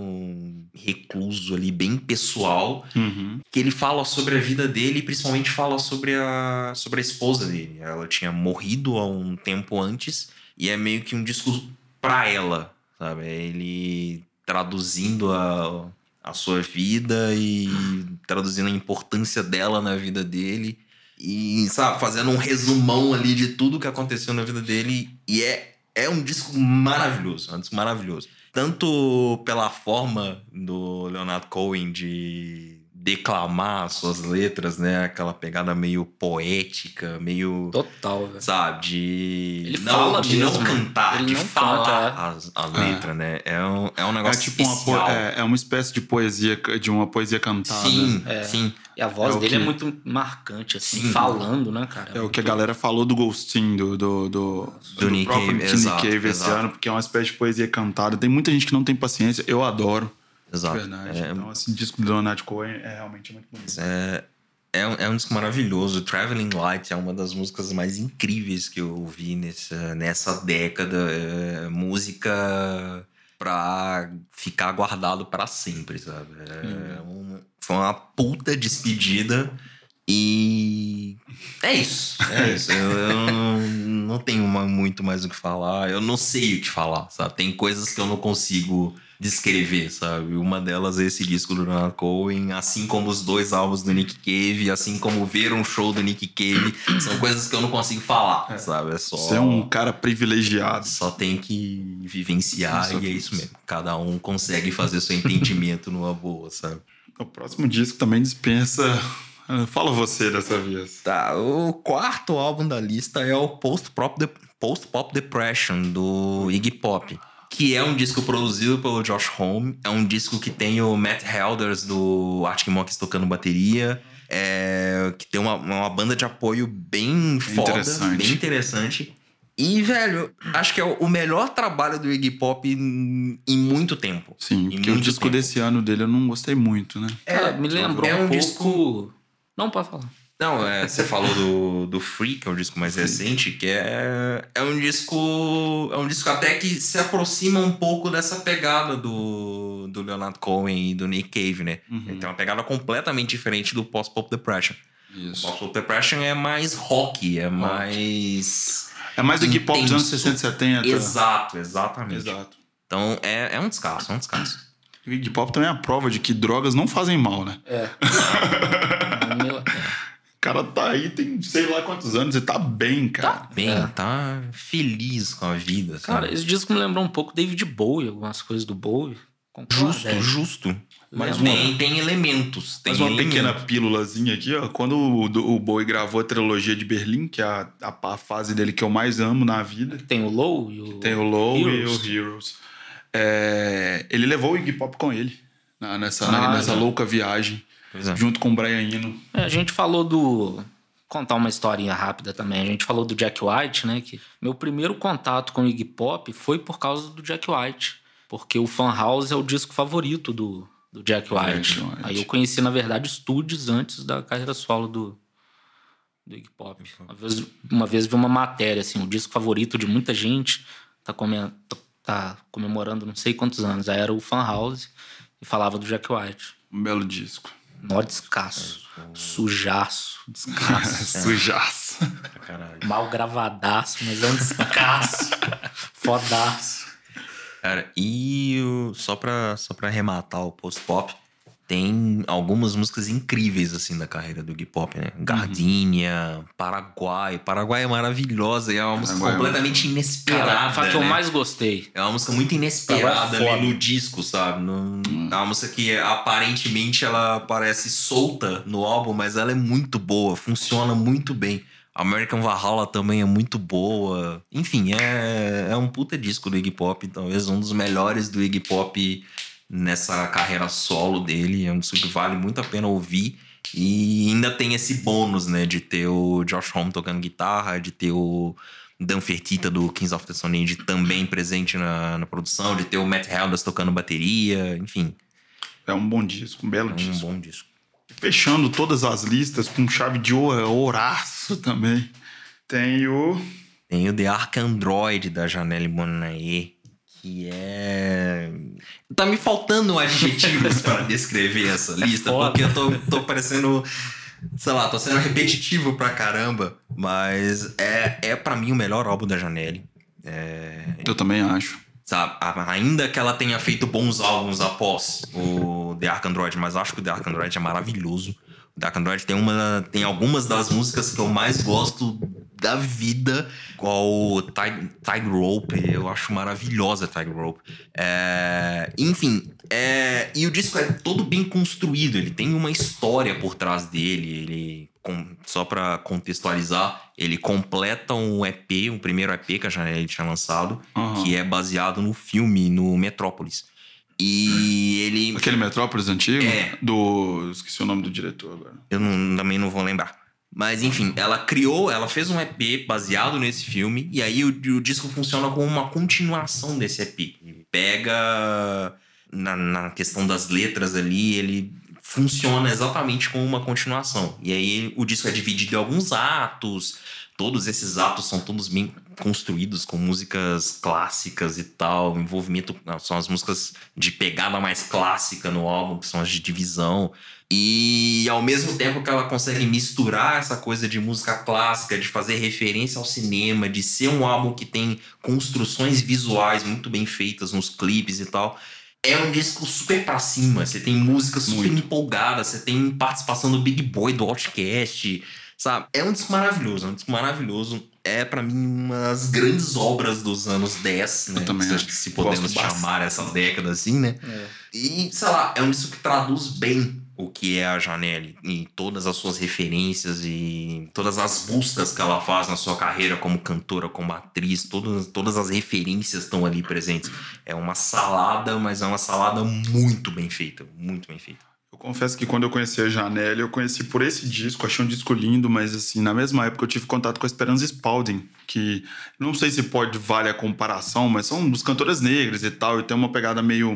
recluso ali, bem pessoal. Uhum. Que ele fala sobre a vida dele e principalmente fala sobre a, sobre a esposa dele. Ela tinha morrido há um tempo antes e é meio que um disco pra ela, sabe? É ele traduzindo a, a sua vida e traduzindo a importância dela na vida dele e, sabe, fazendo um resumão ali de tudo que aconteceu na vida dele. E é, é um disco maravilhoso, é um disco maravilhoso. Tanto pela forma do Leonard Cohen de declamar as suas letras, né? Aquela pegada meio poética, meio... Total, velho. Sabe, de... Ele não, fala de mesmo, não cantar, ele de não falar canta, a, a letra, né? É um, é um É negócio tipo uma, po- especial. é, é uma espécie de poesia, de uma poesia cantada. Sim, É. sim. E a voz É o dele é que- muito marcante, assim, Sim. falando, né, cara? É o que a galera falou do Ghostin, do, do, do, Do Nick próprio Cave, Nick exato, Cave esse exato. ano, porque é uma espécie de poesia cantada. Tem muita gente que não tem paciência, eu adoro, Exato. de verdade. É, Então, esse disco do Leonard Cohen é realmente muito bonito. É, é, um, é um disco maravilhoso. Traveling Light é uma das músicas mais incríveis que eu ouvi nessa, nessa década. É música pra ficar guardado pra sempre, sabe? É um- foi uma puta despedida e é isso. É isso. Eu, eu não, não tenho uma- muito mais o que falar. Eu não sei o que falar, sabe? Tem coisas que eu não consigo descrever, sabe? Uma delas é esse disco do Leonard Cohen, assim como os dois álbuns do Nick Cave, assim como ver um show do Nick Cave, são coisas que eu não consigo falar, sabe? É só... Você é um cara privilegiado. Só tem que vivenciar Isso, e é isso mesmo. Cada um consegue fazer seu entendimento numa boa, sabe? O próximo disco também dispensa... Fala você dessa vez. Tá, o quarto álbum da lista é o Post Pop, De- Post Pop Depression, do Iggy Pop. Que é um disco produzido pelo Josh Homme. É um disco que tem o Matt Helders do Arctic Monkeys tocando bateria. É, que tem uma, uma banda de apoio bem foda, interessante. bem interessante. E, velho, acho que é o melhor trabalho do Iggy Pop em, em muito tempo. Sim, Em porque o muito disco tempo. desse ano dele eu não gostei muito, né? Cara, me lembrou é um, um pouco... disco- Não, pode falar. Não, é, você falou do, do Free, que é o disco mais recente, que é, é um disco. É um disco até que se aproxima um pouco dessa pegada do, do Leonard Cohen e do Nick Cave, né? Uhum. Ele tem uma pegada completamente diferente do Post-Pop Depression. Isso. O Post-Pop Depression é mais rock, é mais. É mais do Iggy Pop dos anos intenso. sessenta e setenta. Exato, exatamente. Exato. Então é, é um descasso, é um descasso. O Iggy Pop também é a prova de que drogas não fazem mal, né? É. O cara tá aí, tem sei lá quantos anos e tá bem, cara. Tá bem, É. tá feliz com a vida. Cara, sabe? esse disco me lembrou um pouco David Bowie, algumas coisas do Bowie. Concordo, Justo, é. justo. Mas Lembra? tem, tem elementos. Tem Mas uma elementos. pequena pílulazinha aqui, ó. Quando o, o Bowie gravou a trilogia de Berlim, que é a, a, a fase dele que eu mais amo na vida, Tem o Low e o... tem o Low Heroes. e o Heroes. É, ele levou o Iggy Pop com ele na- nessa, Ah, nessa é. louca viagem, Pois é. junto com o Brian Eno. É, a gente falou do... Contar uma historinha rápida também. A gente falou do Jack White, né? Que meu primeiro contato com o Iggy Pop foi por causa do Jack White. Porque o Fan House é o disco favorito do, do Jack White. Jack White. Aí eu conheci, na verdade, Studios antes da carreira solo do, do Iggy Pop. Uma vez, uma vez vi uma matéria, assim, o disco favorito de muita gente tá, come, tá comemorando não sei quantos anos. Aí era o Fan House e falava do Jack White. Um belo disco. Nó descasso. Sujaço. Descasso. Sujaço. Pra caralho. Mal gravadaço, mas é um descasso. Fodaço. Cara, e o- só, pra, só pra arrematar o post-pop, tem algumas músicas incríveis, assim, da carreira do Iggy Pop, né? Gardenia, Paraguai. Paraguai é maravilhosa e é uma música Paraguai é completamente inesperada, Cara, foi a que eu né? mais gostei. É uma música muito inesperada Paraguai é ali foda. no disco, sabe? No- É uma música que aparentemente ela parece solta no álbum, mas ela é muito boa, funciona muito bem. American Valhalla também é muito boa. Enfim, é, é um puta disco do Iggy Pop, talvez um dos melhores do Iggy Pop nessa carreira solo dele. É um disco que vale muito a pena ouvir. E ainda tem esse bônus, né? De ter o Josh Homme tocando guitarra, de ter o Dan Fertitta do Kings of the Stone Age também presente na, na produção, de ter o Matt Helders tocando bateria, enfim. É um bom disco, um belo É um disco. bom disco. Fechando todas as listas com chave de ouro, ouraço também. Tem o... Tem o The Ark Android da Janelle Monáe, que é... Tá me faltando adjetivos para descrever essa lista, foda. porque eu tô, tô parecendo... Sei lá, tô sendo repetitivo pra caramba, mas é, é para mim o melhor álbum da Janelle. É, Eu também acho. sabe, a- ainda que ela tenha feito bons álbuns após o The Ark Android, mas eu acho que o The Ark Android é maravilhoso. O The Ark Android tem, uma, tem algumas das músicas que eu mais gosto da vida, igual Tide, Tide Rope, eu acho maravilhosa Tide Rope. É, enfim, é, e o disco é todo bem construído, ele tem uma história por trás dele, ele... com- só pra contextualizar, ele completa um E P, um primeiro E P que a Janelle tinha lançado, Aham. que é baseado no filme, no Metrópolis. E ele... Aquele Metrópolis antigo? É. Do... Esqueci o nome do diretor agora. Eu não- também não vou lembrar. Mas enfim, ela criou, ela fez um E P baseado nesse filme, e aí o, o disco funciona como uma continuação desse E P. Ele pega na, na questão das letras ali, ele funciona exatamente como uma continuação. E aí o disco é dividido em alguns atos, todos esses atos são todos bem construídos com músicas clássicas e tal, envolvimento, são as músicas de pegada mais clássica no álbum, que são as de divisão. E ao mesmo tempo que ela consegue misturar essa coisa de música clássica, de fazer referência ao cinema, de ser um álbum que tem construções visuais muito bem feitas nos clipes e tal, é um disco super pra cima. Você tem músicas super Muito. empolgadas, você tem participação do Big Boy, do Outkast, sabe? É um disco maravilhoso, é um disco maravilhoso. É pra mim uma das grandes obras dos anos dez, né? Eu também se, acho. se podemos Gosto chamar essa década assim, né? É. E, sei lá, é um disco que traduz bem o que é a Janelle em todas as suas referências e todas as buscas que ela faz na sua carreira como cantora, como atriz, todas, todas as referências estão ali presentes. É uma salada, mas é uma salada muito bem feita, muito bem feita. Eu confesso que quando eu conheci a Janelle, eu conheci por esse disco, achei um disco lindo, mas assim, na mesma época eu tive contato com a Esperanza Spalding, que não sei se pode vale a comparação, mas são dos cantoras negras e tal, e tem uma pegada meio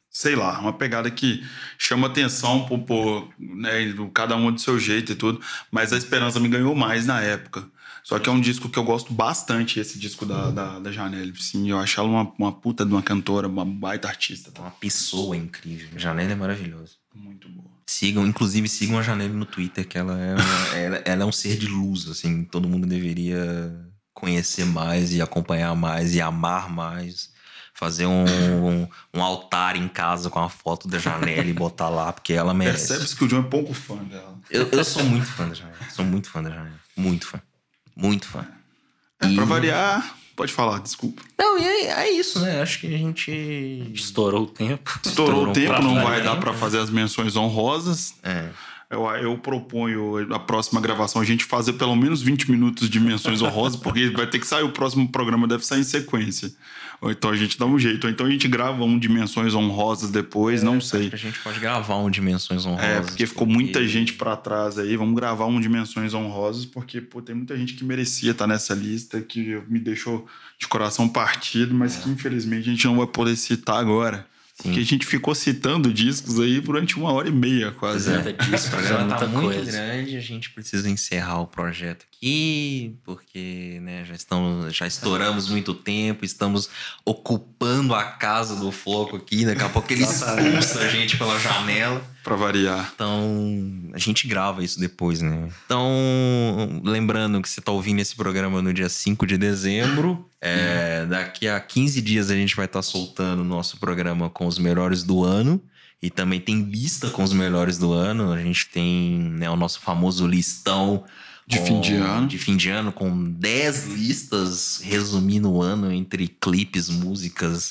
sei lá, uma pegada que chama atenção por, por né, cada um do seu jeito e tudo, mas a Esperança me ganhou mais na época. Só que é um disco que eu gosto bastante, esse disco da, da, da Janelle. Sim, eu acho ela uma, uma puta de uma cantora, uma baita artista. Tá? Uma pessoa incrível. Janelle é maravilhosa. Muito boa. Sigam, inclusive sigam a Janelle no Twitter, que ela é, uma, ela, ela é um ser de luz, assim. Todo mundo deveria conhecer mais e acompanhar mais e amar mais. Fazer um, um, um altar em casa com a foto da Janelle e botar lá, porque ela merece. Percebe-se que o John é pouco fã dela. Eu, eu sou muito fã da Janelle. Sou muito fã da Janelle. Muito fã. Muito fã. É, e... Pra variar, pode falar, desculpa. Não, e é, é isso, né? Acho que a gente... Estourou o tempo. Estourou, Estourou o tempo, não vai tempo. dar pra fazer as menções honrosas. É. Eu, eu proponho a próxima gravação a gente fazer pelo menos vinte minutos de menções honrosas, porque vai ter que sair o próximo programa, deve sair em sequência. Ou então a gente dá um jeito, ou então a gente grava um Dimensões Honrosas depois, é, não sei. Acho que a gente pode gravar um Dimensões Honrosas. É, porque ficou porque... muita gente pra trás aí. Vamos gravar um Dimensões Honrosas, porque pô, tem muita gente que merecia estar nessa lista, que me deixou de coração partido, mas é. que infelizmente a gente não vai poder citar agora. Sim. Porque a gente ficou citando discos aí durante uma hora e meia, quase. É, disso, o programa tá muito coisa. grande, a gente precisa encerrar o projeto aqui, porque né, já, estamos, já estouramos muito tempo, estamos ocupando a casa do Floco aqui, daqui a pouco ele expulsa a gente pela janela. Pra variar. Então, a gente grava isso depois, né? Então, lembrando que você tá ouvindo esse programa no dia cinco de dezembro. É, daqui a quinze dias a gente vai estar tá soltando o nosso programa com os melhores do ano. E também tem lista com os melhores do ano. A gente tem né, o nosso famoso listão de, com, fim de, ano. de fim de ano, com dez listas resumindo o ano entre clipes, músicas,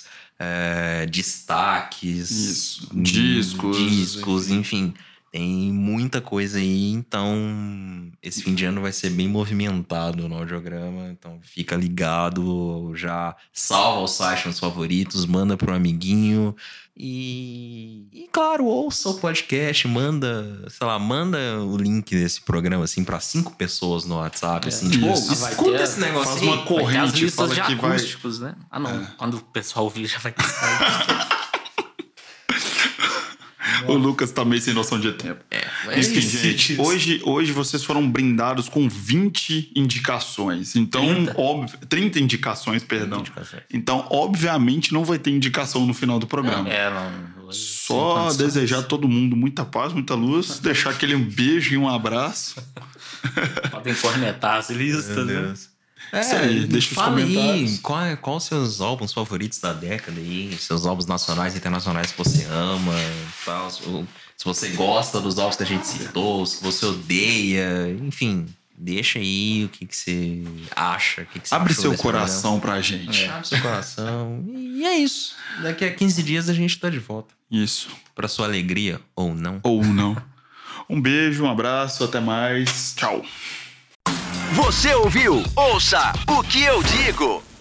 é, destaques, Isso. discos, discos, enfim. Tem muita coisa aí, então esse fim de ano vai ser bem movimentado no audiograma, então fica ligado, já salva o site nos favoritos, manda pro amiguinho e, e claro, ouça o podcast, manda, sei lá, manda o link desse programa assim para cinco pessoas no WhatsApp, é, assim, tipo, isso. oh, escuta esse negócio faz aí. uma corrente, as listas fala de que acústicos, vai... né? Ah não, é. Quando o pessoal ouvir já vai ter. O Lucas tá meio sem noção de tempo. É, Enfim, gente, hoje, hoje vocês foram brindados com vinte indicações. Então, trinta, óbvio, trinta indicações, perdão. indicações. Então, obviamente, não vai ter indicação no final do programa. É, não. Só desejar a todo mundo muita paz, muita luz, deixar aquele um beijo e um abraço. Podem cornetar as listas, né? É, isso aí, deixa os comentários. Aí, qual, qual os seus álbuns favoritos da década aí? Seus álbuns nacionais e internacionais que você ama, tal. Se você gosta dos álbuns que a gente citou, se você odeia, enfim, deixa aí o que, que você acha. O que que você Abre achou seu desse coração programa. pra gente. É, abre seu coração. E é isso. Daqui a quinze dias a gente tá de volta. Isso. Pra sua alegria, ou não. Ou não. Um beijo, um abraço, até mais. Tchau. Você ouviu? Ouça o que eu digo.